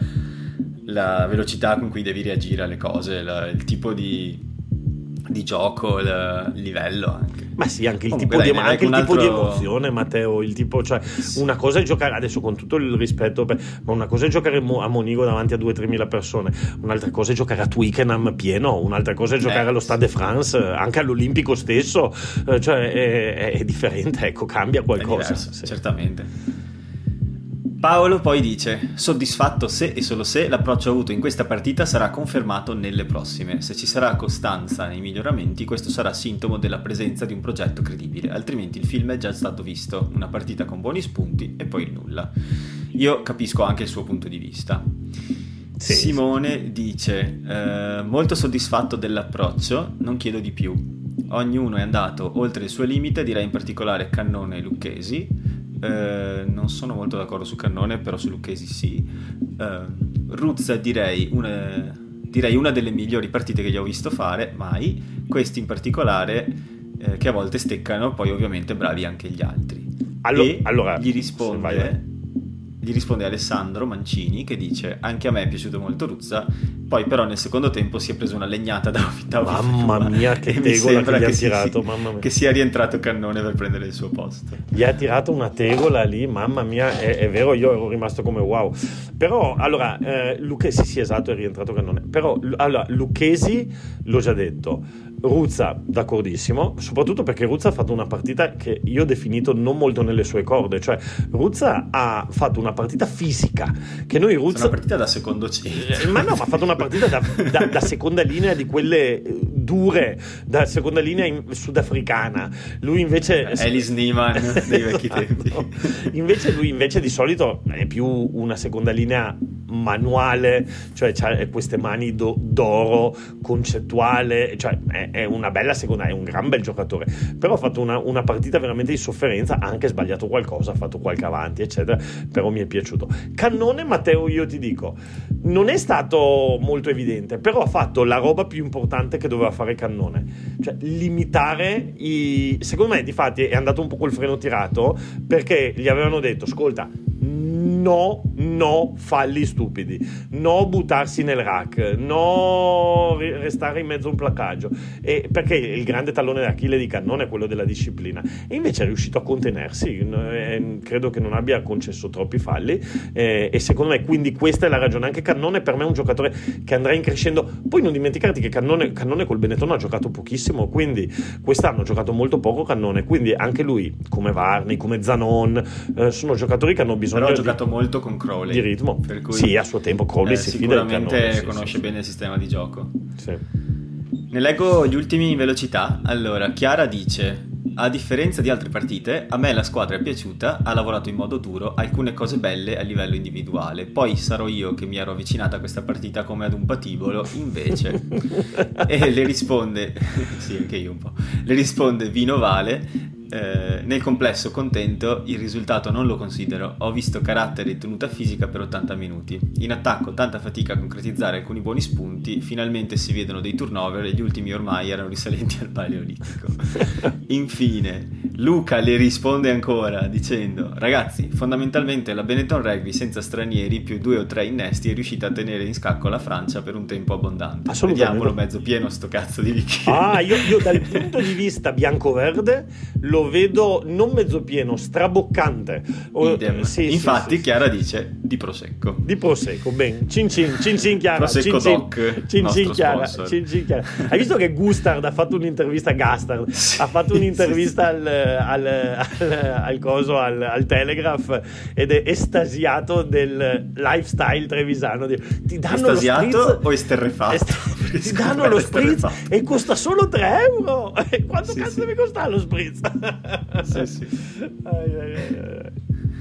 S1: la velocità con cui devi reagire alle cose, la, il tipo di di gioco, il livello anche.
S2: Ma sì, anche il
S1: Comunque,
S2: tipo,
S1: dai,
S2: di, anche il
S1: altro...
S2: tipo di emozione, Matteo, il tipo, cioè, una cosa è giocare, adesso con tutto il rispetto, per, ma una cosa è giocare a Monigo davanti a due o tre mila persone, un'altra cosa è giocare a Twickenham pieno, un'altra cosa è giocare eh. allo Stade de France, anche all'Olimpico stesso, cioè è, è differente, ecco, cambia qualcosa.
S1: È diverso,
S2: sì.
S1: Certamente. Paolo poi dice: soddisfatto se e solo se l'approccio avuto in questa partita sarà confermato nelle prossime. Se ci sarà costanza nei miglioramenti, questo sarà sintomo della presenza di un progetto credibile, altrimenti il film è già stato visto, una partita con buoni spunti e poi il nulla. Io capisco anche il suo punto di vista. Sì, Simone sì. dice: eh, molto soddisfatto dell'approccio, non chiedo di più. Ognuno è andato oltre il suo limite, direi in particolare Cannone e Lucchesi. Uh, non sono molto d'accordo su Cannone, però su Lucchesi sì. uh, Ruzza direi una, direi una delle migliori partite che gli ho visto fare mai, questi in particolare uh, che a volte steccano, poi ovviamente bravi anche gli altri.
S2: Allo-
S1: e
S2: allora
S1: gli risponde
S2: vai, vai.
S1: gli risponde Alessandro Mancini che dice: anche a me è piaciuto molto Ruzza, poi però nel secondo tempo si è preso una legnata da ottavo.
S2: Mamma mia, che tegola che gli ha tirato, mamma mia.
S1: Che sia rientrato Cannone per prendere il suo posto.
S2: Gli ha tirato una tegola lì, mamma mia, è, è vero, io ero rimasto come wow. Però allora eh, Lucchesi, sì, esatto, è rientrato Cannone. Però allora Lucchesi, l'ho già detto, Ruzza d'accordissimo, soprattutto perché Ruzza ha fatto una partita che io ho definito non molto nelle sue corde, cioè Ruzza ha fatto una partita fisica che noi Ruzza...
S1: una partita da secondo centro.
S2: Ma no, ma ha fatto una partita da, da, da seconda linea, di quelle dure, da seconda linea in, sudafricana. Lui invece...
S1: Ellis Niemann dei vecchi tempi.
S2: Invece lui invece di solito è più una seconda linea manuale, cioè ha queste mani do, d'oro, concettuale, cioè è, è una bella seconda, è un gran bel giocatore, però ha fatto una, una partita veramente di sofferenza, ha anche sbagliato qualcosa, ha fatto qualche avanti eccetera, però mi è piaciuto. Cannone, Matteo, io ti dico, non è stato molto evidente, però ha fatto la roba più importante che doveva fare Cannone, cioè limitare i... secondo me difatti è andato un po' col freno tirato, perché gli avevano detto: ascolta, no, no falli stupidi, no buttarsi nel rack, no restare in mezzo a un placcaggio, e perché il grande tallone d'Achille di Cannone è quello della disciplina, e invece è riuscito a contenersi, eh, credo che non abbia concesso troppi falli, eh, e secondo me quindi questa è la ragione. Anche Cannone per me è un giocatore che andrà in crescendo. Poi non dimenticarti che Cannone, Cannone col Benetton ha giocato pochissimo, quindi quest'anno ha giocato molto poco Cannone, quindi anche lui, come Varney, come Zanon, eh, sono giocatori che hanno bisogno
S1: però ha
S2: di,
S1: giocato molto con Crowley,
S2: di ritmo,
S1: per cui,
S2: sì, a suo tempo Crowley
S1: eh,
S2: si fida di Cannone, sì,
S1: conosce
S2: sì,
S1: bene
S2: sì.
S1: il sistema di gioco.
S2: Sì.
S1: Ne leggo gli ultimi in velocità. Allora, Chiara dice: a differenza di altre partite, a me la squadra è piaciuta, ha lavorato in modo duro, alcune cose belle a livello individuale. Poi sarò io che mi ero avvicinata a questa partita come ad un patibolo, invece. E le risponde, sì, anche io un po', le risponde Vino Vale. Eh, nel complesso contento, il risultato non lo considero, ho visto carattere e tenuta fisica per ottanta minuti, in attacco tanta fatica a concretizzare alcuni buoni spunti, finalmente si vedono dei turnover e gli ultimi ormai erano risalenti al paleolitico. Infine Luca le risponde ancora dicendo: ragazzi, fondamentalmente la Benetton Rugby senza stranieri più due o tre innesti è riuscita a tenere in scacco la Francia per un tempo abbondante. Vediamolo mezzo pieno sto cazzo di bicchiere.
S2: Ah, io, io dal punto di vista bianco-verde lo vedo non mezzo pieno, straboccante. O,
S1: Idem.
S2: sì,
S1: Infatti
S2: sì, sì,
S1: Chiara dice di prosecco.
S2: Di prosecco, ben. Cin cin, cin cin Chiara.
S1: Prosecco
S2: cin,
S1: Doc,
S2: cin cin Chiara,
S1: sponsor.
S2: cin cin Chiara. Hai visto che Gustard ha fatto un'intervista, Gastard
S1: sì,
S2: ha fatto un'intervista
S1: sì,
S2: sì. Al, al, al, al coso, al, al Telegraph, ed è estasiato del lifestyle trevisano. Ti danno
S1: estasiato
S2: lo spritz,
S1: o esterrefatto?
S2: Est- ti danno lo spritz e costa solo tre euro. Quanto
S1: sì,
S2: cazzo
S1: sì.
S2: deve costare lo spritz?
S1: Sì, sì.
S2: Ai, ai, ai.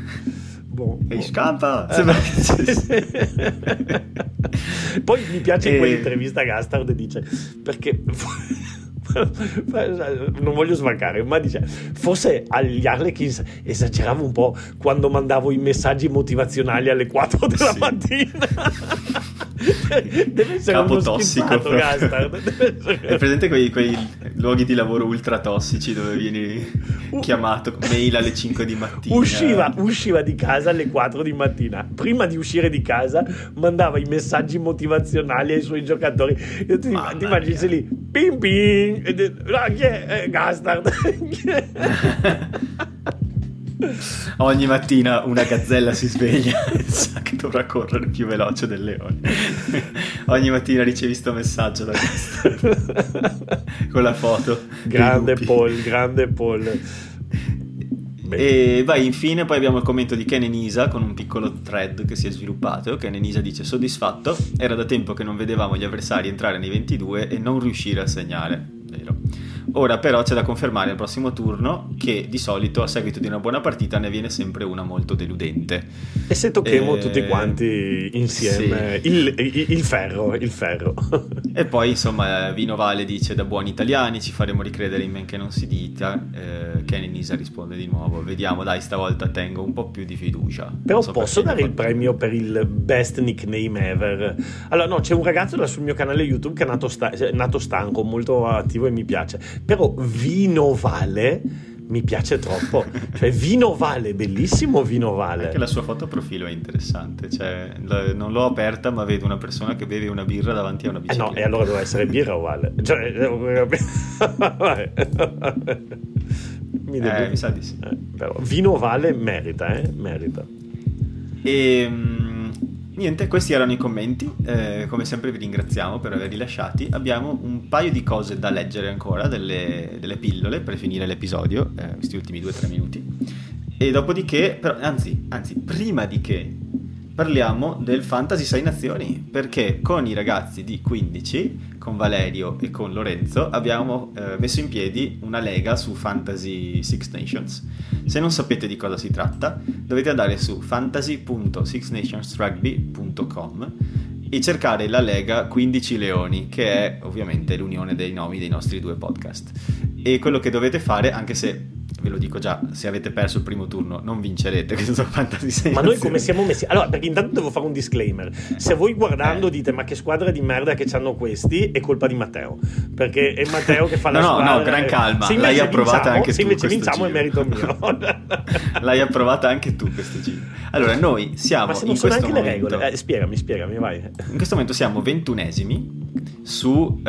S2: Boh,
S1: E
S2: boh.
S1: scampa.
S2: Eh. Poi mi piace
S1: e...
S2: in quell'intervista Gastard dice, perché non voglio svancare, ma dice forse agli Harlequins esageravo un po' quando mandavo i messaggi motivazionali alle quattro della
S1: sì.
S2: mattina. Deve essere
S1: capo
S2: uno
S1: tossico.
S2: schizzato, Gastard. Deve essere...
S1: È presente quei, quei luoghi di lavoro ultra tossici dove vieni
S2: Uh.
S1: chiamato mail alle cinque di mattina?
S2: Usciva, usciva di casa alle quattro di mattina. Prima di uscire di casa mandava i messaggi motivazionali ai suoi giocatori. E ti, ti immagini sei lì, ping ping, e de- ah, chi è? Eh, Gastard.
S1: Ogni mattina una gazzella si sveglia e sa che dovrà correre più veloce del leone. Ogni mattina ricevi sto messaggio da Gastard con la foto.
S2: Grande Paul, grande Paul.
S1: E vai, infine poi abbiamo il commento di Ken e Nisa con un piccolo thread che si è sviluppato. Ken e Nisa dice: soddisfatto, era da tempo che non vedevamo gli avversari entrare nei ventidue e non riuscire a segnare. Vero. Ora però c'è da confermare al prossimo turno che di solito a seguito di una buona partita ne viene sempre una molto deludente.
S2: E se tocchiamo
S1: eh,
S2: tutti quanti insieme
S1: sì.
S2: il, il, il ferro, il ferro.
S1: E poi insomma Vino Vale dice: da buoni italiani ci faremo ricredere in men che non si dica. eh, Ken e Nisa risponde di nuovo: vediamo, dai, stavolta tengo un po' più di fiducia.
S2: Però
S1: so
S2: posso dare il
S1: fatto...
S2: premio per il best nickname ever? Allora no, c'è un ragazzo sul mio canale YouTube che è nato, sta- è nato stanco, molto attivo e mi piace. Però Vino Vale mi piace troppo. Cioè Vino Vale, bellissimo Vino Vale.
S1: Anche la sua foto profilo è interessante. Cioè, la, non l'ho aperta, ma vedo una persona che beve una birra davanti a una
S2: Eh
S1: bicicletta.
S2: no, e allora doveva essere birra o vale? Cioè, mi, devo...
S1: Eh, mi sa di sì.
S2: eh, però Vino Vale merita, eh? Merita.
S1: E mh, niente, questi erano i commenti. Eh, come sempre vi ringraziamo per averli lasciati. Abbiamo un paio di cose da leggere ancora, delle, delle pillole per finire l'episodio, eh, questi ultimi due o tre minuti. E dopodiché, però, anzi, anzi, prima di che parliamo del Fantasy sei Nazioni, perché con i ragazzi di quindici, con Valerio e con Lorenzo, abbiamo eh, messo in piedi una lega su Fantasy Six Nations. Se non sapete di cosa si tratta, dovete andare su fantasy punto six nations rugby punto com e cercare la lega quindici Leoni, che è ovviamente l'unione dei nomi dei nostri due podcast. E quello che dovete fare, anche se ve lo dico già, se avete perso il primo turno non vincerete questo Fantasy sei
S2: Ma noi
S1: Nazioni.
S2: come siamo messi? Allora, perché intanto devo fare un disclaimer. Se voi guardando
S1: Eh.
S2: dite ma che squadra di merda che c'hanno questi, è colpa di Matteo, perché è Matteo che fa la
S1: No, no,
S2: squadra.
S1: no, gran calma.
S2: Se invece
S1: L'hai approvata
S2: vinciamo-
S1: anche
S2: se
S1: tu
S2: invece
S1: questo
S2: vinciamo è
S1: giro.
S2: merito mio.
S1: L'hai approvata anche tu questo giro. Allora, noi siamo
S2: Ma se
S1: in
S2: non sono
S1: questo
S2: anche le
S1: momento
S2: regole, eh, spiegami, spiegami, vai.
S1: in questo momento siamo ventunesimi su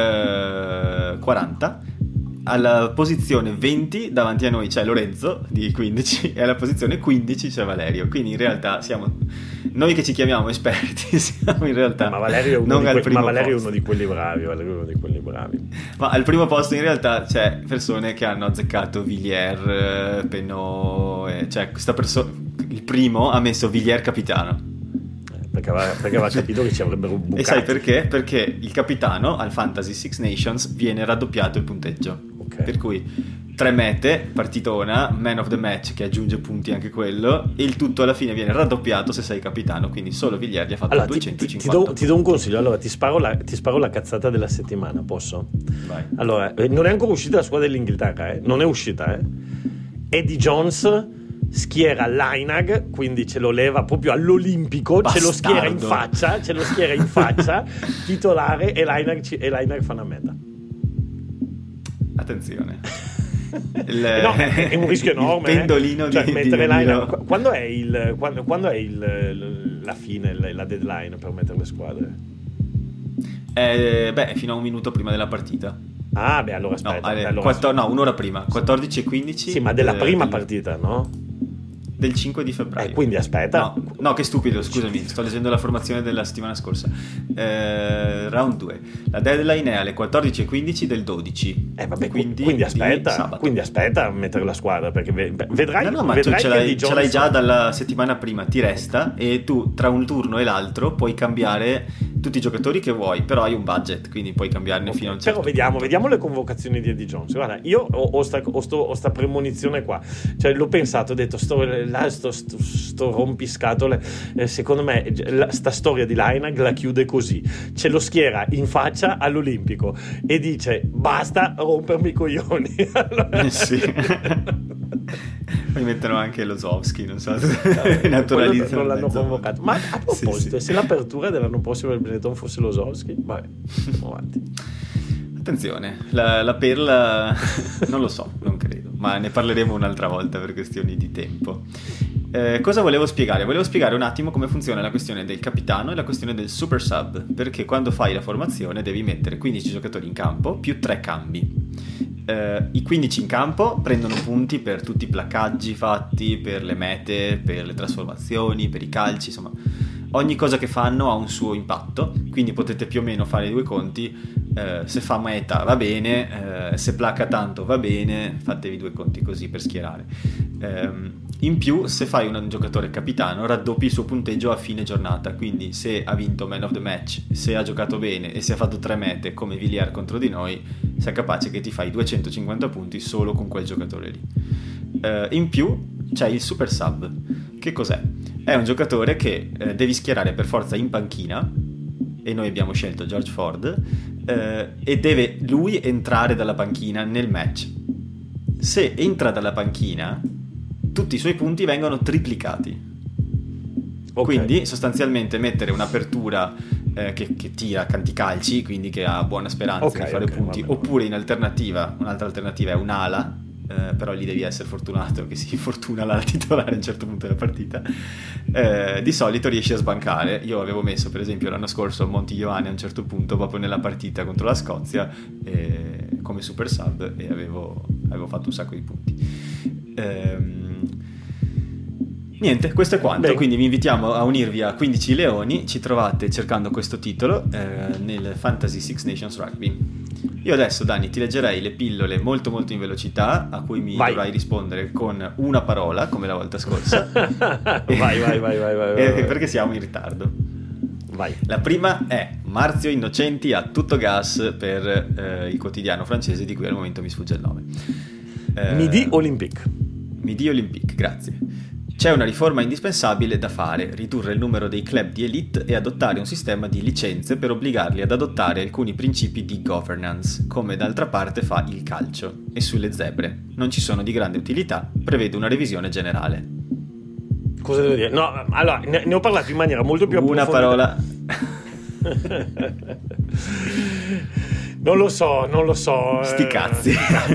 S1: eh, quaranta. Alla posizione venti davanti a noi c'è Lorenzo di quindici e alla posizione quindici c'è Valerio. Quindi in realtà siamo noi che ci chiamiamo esperti, siamo in realtà
S2: Ma Valerio è uno,
S1: non
S2: di,
S1: al
S2: que-
S1: primo
S2: ma Valerio è
S1: posto.
S2: uno di quelli bravi, Valerio è uno di quelli bravi.
S1: Ma al primo posto in realtà c'è persone che hanno azzeccato Villiers, Penaud, eh, cioè questa persona, il primo ha messo Villiers capitano.
S2: Perché aveva, perché aveva capito che ci avrebbero bucato.
S1: E sai perché? Perché il capitano al Fantasy Six Nations viene raddoppiato il punteggio.
S2: Ok.
S1: Per cui tre mete, partitona, man of the match che aggiunge punti anche quello, e il tutto alla fine viene raddoppiato se sei capitano, quindi solo Villiers gli ha fatto
S2: Allora, ti, ti, ti,
S1: duecentocinquanta.
S2: do, ti do un consiglio. Allora, ti sparo, la, ti sparo la cazzata della settimana, posso?
S1: Vai.
S2: Allora, eh, non è ancora uscita la squadra dell'Inghilterra, eh? Non è uscita, eh? Eddie Jones schiera l'Ainag, quindi ce lo leva proprio all'olimpico, ce lo schiera in
S1: Bastardo.
S2: faccia, ce lo schiera in faccia, titolare, e l'Ainag, ci- e l'Ainag fa una meta.
S1: Attenzione. Il,
S2: Eh no, è un rischio enorme.
S1: Il pendolino
S2: eh. Cioè,
S1: di,
S2: mettere
S1: di
S2: l'Ainag-
S1: Danilo.
S2: qu- quando è, il, quando, quando è il, la fine, la la deadline per mettere le squadre?
S1: Eh, beh, fino a un minuto prima della partita.
S2: Ah, beh, allora
S1: No,
S2: aspetta.
S1: alle-
S2: allora-
S1: quattro- no, un'ora prima, quattordici e quindici.
S2: Sì, ma della
S1: eh,
S2: prima
S1: del-
S2: partita, no?
S1: Del cinque di febbraio.
S2: Eh, quindi aspetta.
S1: No, no, che stupido, scusami, sto leggendo la formazione della settimana scorsa. Eh, round due. La deadline è alle quattordici e quindici del dodici.
S2: Eh, vabbè,
S1: quindi,
S2: quindi,
S1: di
S2: aspetta,
S1: sabato.
S2: quindi aspetta a mettere la squadra, perché ve- vedrai,
S1: No, no, ma tu
S2: vedrai
S1: ce
S2: che
S1: l'hai,
S2: Eddie
S1: ce l'hai
S2: Jones-
S1: già dalla settimana prima, ti resta, e tu tra un turno e l'altro puoi cambiare tutti i giocatori che vuoi, però hai un budget, quindi puoi cambiarne
S2: Ok,
S1: fino a un certo
S2: però vediamo,
S1: punto.
S2: vediamo le convocazioni di Eddie Jones. Guarda, io ho, ho, sta, ho, sto, ho sta premonizione qua, cioè l'ho pensato, ho detto sto, là, sto, sto, sto rompiscatole, eh, secondo me la, sta storia di Lainag la chiude così, ce lo schiera in faccia all'Olimpico e dice basta rompermi i coglioni. Allora-
S1: Eh, sì. Poi mettono anche Lozowski, non so,
S2: naturalizzano. Non l'hanno convocato. Ma a proposito, sì, sì. Se l'apertura dell'anno prossimo del Benetton fosse Lozowski, vabbè, andiamo avanti.
S1: Attenzione, la, la perla non lo so, non credo, ma ne parleremo un'altra volta per questioni di tempo. Eh, cosa volevo spiegare? Volevo spiegare un attimo come funziona la questione del capitano e la questione del super sub, perché quando fai la formazione devi mettere quindici giocatori in campo più tre cambi. Eh, I quindici in campo prendono punti per tutti i placcaggi fatti, per le mete, per le trasformazioni, per i calci, insomma ogni cosa che fanno ha un suo impatto, quindi potete più o meno fare i due conti. Eh, se fa meta va bene, eh, se placca tanto va bene, fatevi due conti così per schierare. Eh, in più, se fai un giocatore capitano raddoppi il suo punteggio a fine giornata, quindi se ha vinto man of the match, se ha giocato bene e se ha fatto tre mete come Villiers contro di noi, sei capace che ti fai duecentocinquanta punti solo con quel giocatore lì. Eh, in più c'è il super sub. Che cos'è? È un giocatore che eh, devi schierare per forza in panchina, e noi abbiamo scelto George Ford, eh, e deve lui entrare dalla panchina nel match. Se entra dalla panchina, tutti i suoi punti vengono triplicati. Okay. Quindi sostanzialmente mettere un'apertura eh, che, che tira tanti calci, quindi che ha buona speranza okay, di fare okay, punti, vabbè, oppure in alternativa, un'altra alternativa è un'ala. Uh, però lì devi essere fortunato che si fortuna l'ala titolare a un certo punto della partita. Uh, di solito riesci a sbancare. Io avevo messo per esempio l'anno scorso Monti Ioane a un certo punto proprio nella partita contro la Scozia eh, come super sub e avevo, avevo fatto un sacco di punti. Um, niente, questo è quanto. Beh. Quindi vi invitiamo a unirvi a quindici Leoni. Ci trovate cercando questo titolo eh, nel Fantasy Six Nations Rugby. Io adesso, Dani, ti leggerei le pillole molto molto in velocità, a cui mi vai. dovrai rispondere con una parola, come la volta scorsa.
S2: vai, vai, vai, vai, vai, vai, vai.
S1: Perché siamo in ritardo.
S2: Vai.
S1: La prima è Marzio Innocenti a tutto gas per eh, il quotidiano francese di cui al momento mi sfugge il nome.
S2: Eh, Midi Olympique.
S1: Midi Olympique, grazie. C'è una riforma indispensabile da fare, ridurre il numero dei club di elite e adottare un sistema di licenze per obbligarli ad adottare alcuni principi di governance, come d'altra parte fa il calcio. E sulle zebre. Non ci sono di grande utilità, prevede una revisione generale.
S2: Cosa devo dire? No, allora, ne, ne ho parlato in maniera molto più
S1: approfondita. Una parola...
S2: non lo so, non lo so.
S1: Sti cazzi.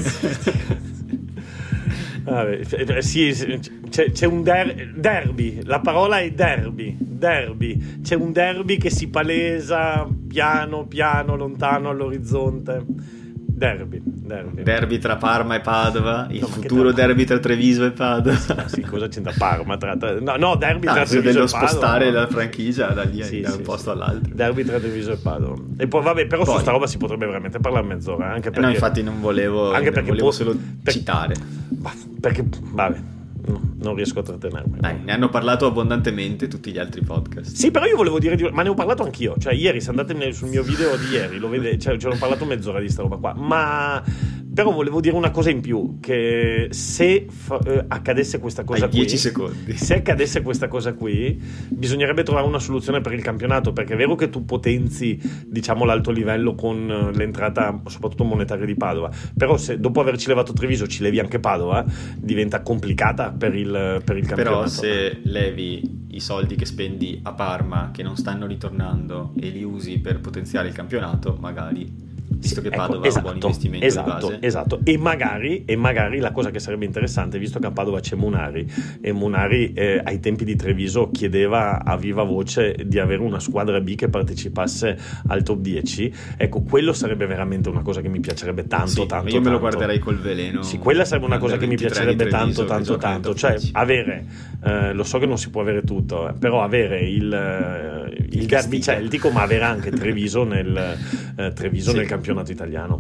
S2: Vabbè, sì, c'è, c'è un der- derby, la parola è derby, derby, c'è un derby che si palesa piano piano lontano all'orizzonte. Derby, derby.
S1: Derby tra Parma e Padova, il no, futuro tra... derby tra Treviso e Padova.
S2: Sì, sì, cosa c'entra Parma? Tra, tra... No, no, derby
S1: ah,
S2: tra Treviso
S1: dello
S2: e Padova.
S1: Spostare la franchigia da lì
S2: sì,
S1: da un
S2: sì,
S1: posto
S2: sì.
S1: all'altro.
S2: Derby tra Treviso e Padova. E poi vabbè, però poi, su sta roba si potrebbe veramente parlare mezz'ora, anche perché...
S1: No, infatti non volevo,
S2: anche perché
S1: volevo
S2: può...
S1: solo
S2: per...
S1: citare.
S2: Perché, vabbè, no, non riesco a trattenermi.
S1: Dai, ne hanno parlato abbondantemente tutti gli altri podcast.
S2: Sì, però io volevo dire, ma ne ho parlato anch'io. Cioè, ieri, se andate sul mio video di ieri, lo vedete, cioè, ce l'ho parlato mezz'ora di sta roba qua. Ma però volevo dire una cosa in più, che se fa, eh, accadesse questa cosa
S1: Hai
S2: qui,
S1: dieci secondi.
S2: Se accadesse questa cosa qui, bisognerebbe trovare una soluzione per il campionato, perché è vero che tu potenzi, diciamo, l'alto livello con l'entrata soprattutto monetaria di Padova, però se dopo averci levato Treviso ci levi anche Padova, diventa complicata per il, per il campionato.
S1: Però se levi i soldi che spendi a Parma che non stanno ritornando e li usi per potenziare il campionato, magari, visto che Padova ecco, esatto, ha un buon investimento
S2: esatto,
S1: di base.
S2: Esatto, e magari, e magari la cosa che sarebbe interessante, visto che a Padova c'è Munari, e Munari eh, ai tempi di Treviso chiedeva a viva voce di avere una squadra B che partecipasse al top dieci, ecco, quello sarebbe veramente una cosa che mi piacerebbe tanto, sì, tanto,
S1: io me lo
S2: tanto.
S1: guarderei col veleno.
S2: Sì, quella sarebbe una cosa che mi piacerebbe tanto, tanto, tanto, cioè avere, eh, lo so che non si può avere tutto, eh, però avere il, eh, il, il derby celtico, ma avere anche Treviso nel, eh, Treviso sì. nel campionato italiano.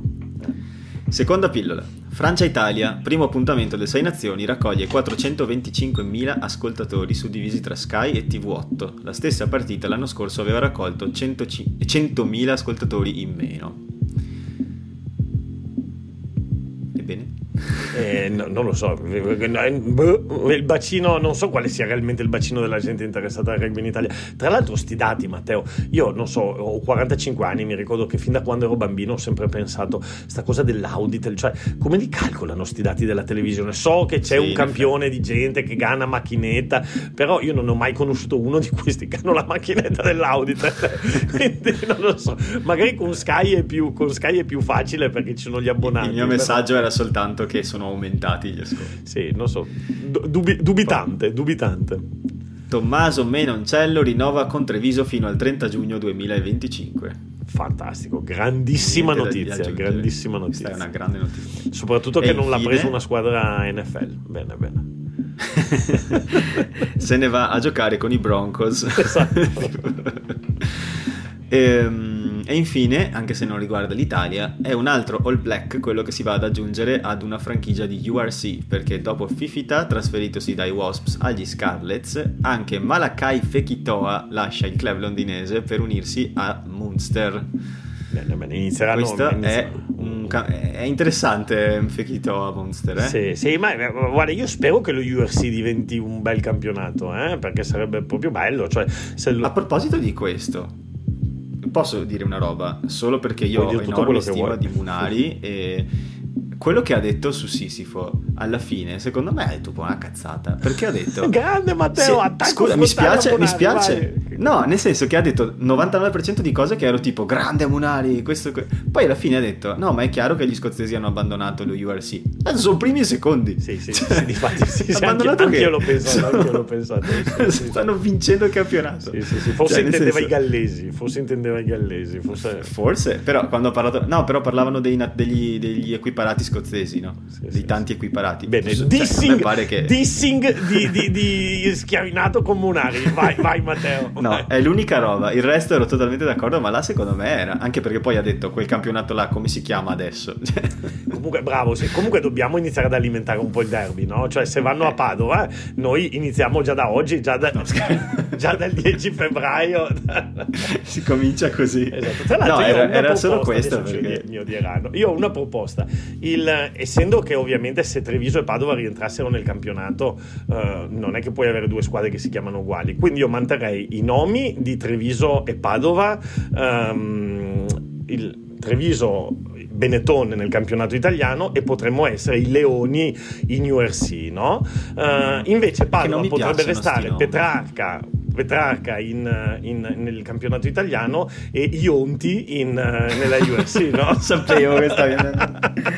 S1: Seconda pillola. Francia-Italia, primo appuntamento delle Sei Nazioni, raccoglie quattrocentoventicinquemila ascoltatori suddivisi tra Sky e T V otto. La stessa partita l'anno scorso aveva raccolto centomila ascoltatori in meno. Ebbene?
S2: Eh, no, non lo so, il bacino, non so quale sia realmente il bacino della gente interessata al rugby in Italia. Tra l'altro sti dati, Matteo, io non so, ho quarantacinque anni, mi ricordo che fin da quando ero bambino ho sempre pensato sta cosa dell'Auditel, cioè come li calcolano sti dati della televisione? So che c'è sì, un campione di gente che ha una macchinetta, però io non ho mai conosciuto uno di questi che hanno la macchinetta dell'Auditel. Quindi non lo so, magari con Sky è più, con Sky è più facile perché ci sono gli abbonati.
S1: Il mio messaggio però era soltanto che sono aumentati gli ascolti.
S2: Sì, non so, Dubi, dubitante, dubitante.
S1: Tommaso Menoncello rinnova con Treviso fino al trenta giugno duemilaventicinque.
S2: Fantastico, grandissima notizia, grandissima notizia.
S1: Questa è una grande notizia.
S2: Soprattutto che e non infine... l'ha preso una squadra N F L. Bene, bene.
S1: Se ne va a giocare con i Broncos.
S2: Esatto.
S1: e, e infine, anche se non riguarda l'Italia, è un altro All Black quello che si va ad aggiungere ad una franchigia di U R C, perché dopo Fifita, trasferitosi dai Wasps agli Scarlets, anche Malakai Fekitoa lascia il club londinese per unirsi a Munster.
S2: Bene, bene, inizieranno,
S1: Questo
S2: inizieranno.
S1: è, un, è interessante Fekitoa a Munster, eh?
S2: Sì, sì, ma guarda, io spero che lo U R C diventi un bel campionato, eh? Perché sarebbe proprio bello. Cioè, se lo...
S1: A proposito di questo, posso dire una roba, solo perché io ho enorme stima di Munari e quello che ha detto su Sisifo alla fine secondo me è tipo una cazzata, perché ha detto
S2: grande Matteo,
S1: se,
S2: attacco
S1: scusa, mi spiace,
S2: Munari,
S1: mi spiace
S2: vai.
S1: No, nel senso che ha detto novantanove per cento di cose che ero tipo grande Munari questo, que... poi alla fine ha detto no, ma è chiaro che gli scozzesi hanno abbandonato lo U R C. Adesso sono primi e secondi.
S2: Sì, sì, sì, sì, difatti, sì, sì, abbandonato anche, anche io l'ho pensato, sono... anche io l'ho pensato. Sì, sì,
S1: stanno vincendo il campionato.
S2: Sì, sì, sì. Forse cioè, intendeva senso... i gallesi, forse intendeva i gallesi, forse...
S1: forse, però quando ha parlato no, però parlavano dei, degli, degli equiparati scozzesi, no? Sì, dei sì, tanti equiparati.
S2: Bene,
S1: cioè,
S2: dissing,
S1: pare che...
S2: dissing di, di, di schiavinato con Munari. Vai, vai Matteo.
S1: No,
S2: vai.
S1: È l'unica roba. Il resto ero totalmente d'accordo, ma là secondo me era, anche perché poi ha detto quel campionato là come si chiama adesso.
S2: Comunque bravo, sì. Comunque dobbiamo iniziare ad alimentare un po' il derby, no? Cioè se vanno a Padova, noi iniziamo già da oggi, già, da, no, già dal dieci febbraio.
S1: Si comincia così.
S2: Esatto. Tra l'altro
S1: no,
S2: io
S1: era, era solo questo
S2: perché... mi odieranno. Io ho una proposta. Il, essendo che ovviamente se Treviso e Padova rientrassero nel campionato, uh, non è che puoi avere due squadre che si chiamano uguali, quindi io manterrei i nomi di Treviso e Padova, um, il Treviso Benetton nel campionato italiano e potremmo essere i Leoni in U R C, no? Uh, invece Padova potrebbe restare Petrarca Petrarca in, in, nel campionato italiano e Ionti in, nella U R C, no?
S1: Sapevo che stavi andando.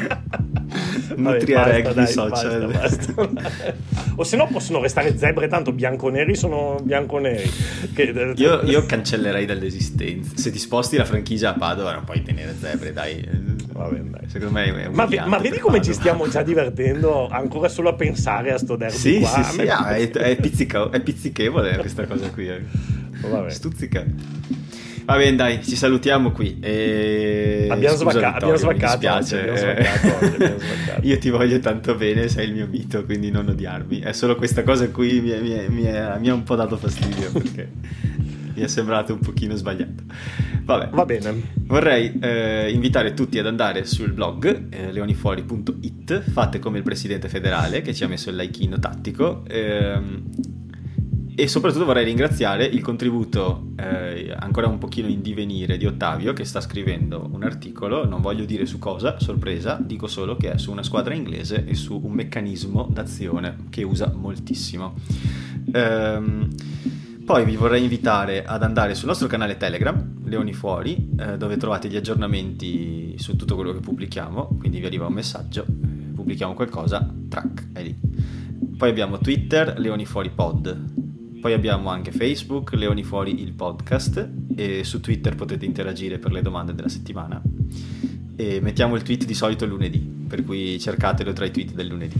S1: Nutria Rugby Social.
S2: Basta, basta. O se no possono restare zebre, tanto bianconeri sono bianconeri. Che...
S1: Io, io cancellerei dall'esistenza. Se ti sposti la franchigia a Padova non puoi tenere zebre, dai.
S2: Vabbè, dai.
S1: Secondo me è un
S2: ma, ma vedi come
S1: Padova.
S2: Ci stiamo già divertendo ancora solo a pensare a sto derby
S1: sì,
S2: qua.
S1: Sì, sì, sì, ah, è, è, pizzica, è pizzichevole questa cosa qui. Eh.
S2: Vabbè.
S1: Stuzzica. Va bene, dai, ci salutiamo qui. E...
S2: Abbiamo,
S1: Scusa,
S2: svacca- abbiamo svaccato.
S1: Mi dispiace.
S2: Abbiamo svaccato, oggi, abbiamo svaccato.
S1: Io ti voglio tanto bene, sei il mio mito, quindi non odiarmi. È solo questa cosa qui mi, mi, mi, mi ha un po' dato fastidio perché mi è sembrato un pochino sbagliato. Vabbè.
S2: Va bene.
S1: Vorrei eh, invitare tutti ad andare sul blog eh, leonifuori punto it. Fate come il presidente federale che ci ha messo il likeino tattico. Ehm, E soprattutto vorrei ringraziare il contributo eh, ancora un pochino in divenire di Ottavio, che sta scrivendo un articolo, non voglio dire su cosa, sorpresa, dico solo che è su una squadra inglese e su un meccanismo d'azione che usa moltissimo. Ehm, poi vi vorrei invitare ad andare sul nostro canale Telegram, Leoni Fuori, eh, dove trovate gli aggiornamenti su tutto quello che pubblichiamo, quindi vi arriva un messaggio, pubblichiamo qualcosa, track, è lì. Poi abbiamo Twitter, Leoni Fuori Pod. Poi abbiamo anche Facebook, Leoni Fuori il podcast, e su Twitter potete interagire per le domande della settimana. E mettiamo il tweet di solito il lunedì, per cui cercatelo tra i tweet del lunedì.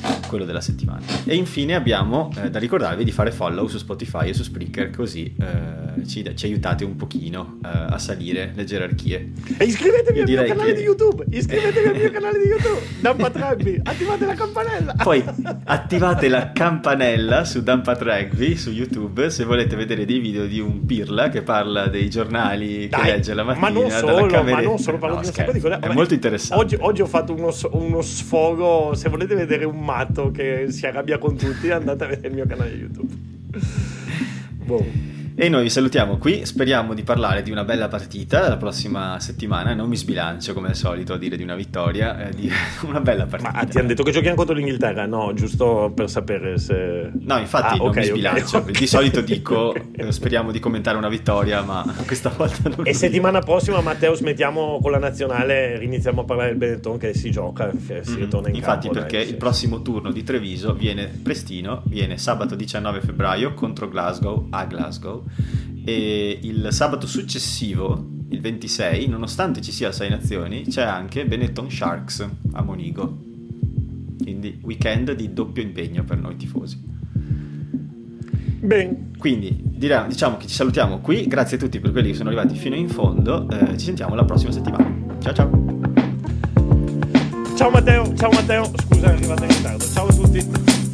S1: quello della settimana. E infine abbiamo eh, da ricordarvi di fare follow su Spotify e su Spreaker, così eh, ci, ci aiutate un pochino eh, a salire le gerarchie.
S2: E iscrivetevi
S1: Io
S2: al mio canale
S1: che...
S2: di YouTube, iscrivetevi al mio canale di YouTube, Dumpat Rugby, attivate la campanella.
S1: Poi attivate la campanella su Dumpat Rugby su YouTube se volete vedere dei video di un pirla che parla dei giornali
S2: Dai,
S1: che legge la mattina.
S2: ma non solo,
S1: dalla
S2: ma non solo parlo
S1: no,
S2: di un sacco di cose.
S1: È molto interessante.
S2: Oggi, oggi ho fatto uno, uno sfogo, se volete vedere un matto che si arrabbia con tutti, andate a vedere il mio canale YouTube. Boh.
S1: E noi vi salutiamo qui, speriamo di parlare di una bella partita la prossima settimana, non mi sbilancio come al solito a dire di una vittoria, eh, di una bella partita.
S2: Ma ti hanno detto che giochiamo contro l'Inghilterra? No, giusto per sapere se...
S1: No, infatti
S2: ah,
S1: non
S2: okay,
S1: mi sbilancio,
S2: okay, okay.
S1: Di solito dico eh, speriamo di commentare una vittoria, ma questa volta non.
S2: E settimana prossima, Matteo, smettiamo con la nazionale, riniziamo a parlare del Benetton che si gioca, si mm-hmm. ritorna in
S1: infatti
S2: campo.
S1: Perché
S2: dai,
S1: il
S2: sì.
S1: prossimo turno di Treviso viene prestino, viene sabato diciannove febbraio contro Glasgow, a Glasgow, e il sabato successivo, il ventisei, nonostante ci sia sei nazioni, c'è anche Benetton Sharks a Monigo, quindi weekend di doppio impegno per noi tifosi.
S2: Bene.
S1: Quindi dirà, diciamo che ci salutiamo qui, grazie a tutti per quelli che sono arrivati fino in fondo, eh, ci sentiamo la prossima settimana, ciao ciao.
S2: Ciao Matteo, ciao Matteo, scusa è arrivato in ritardo, ciao a tutti.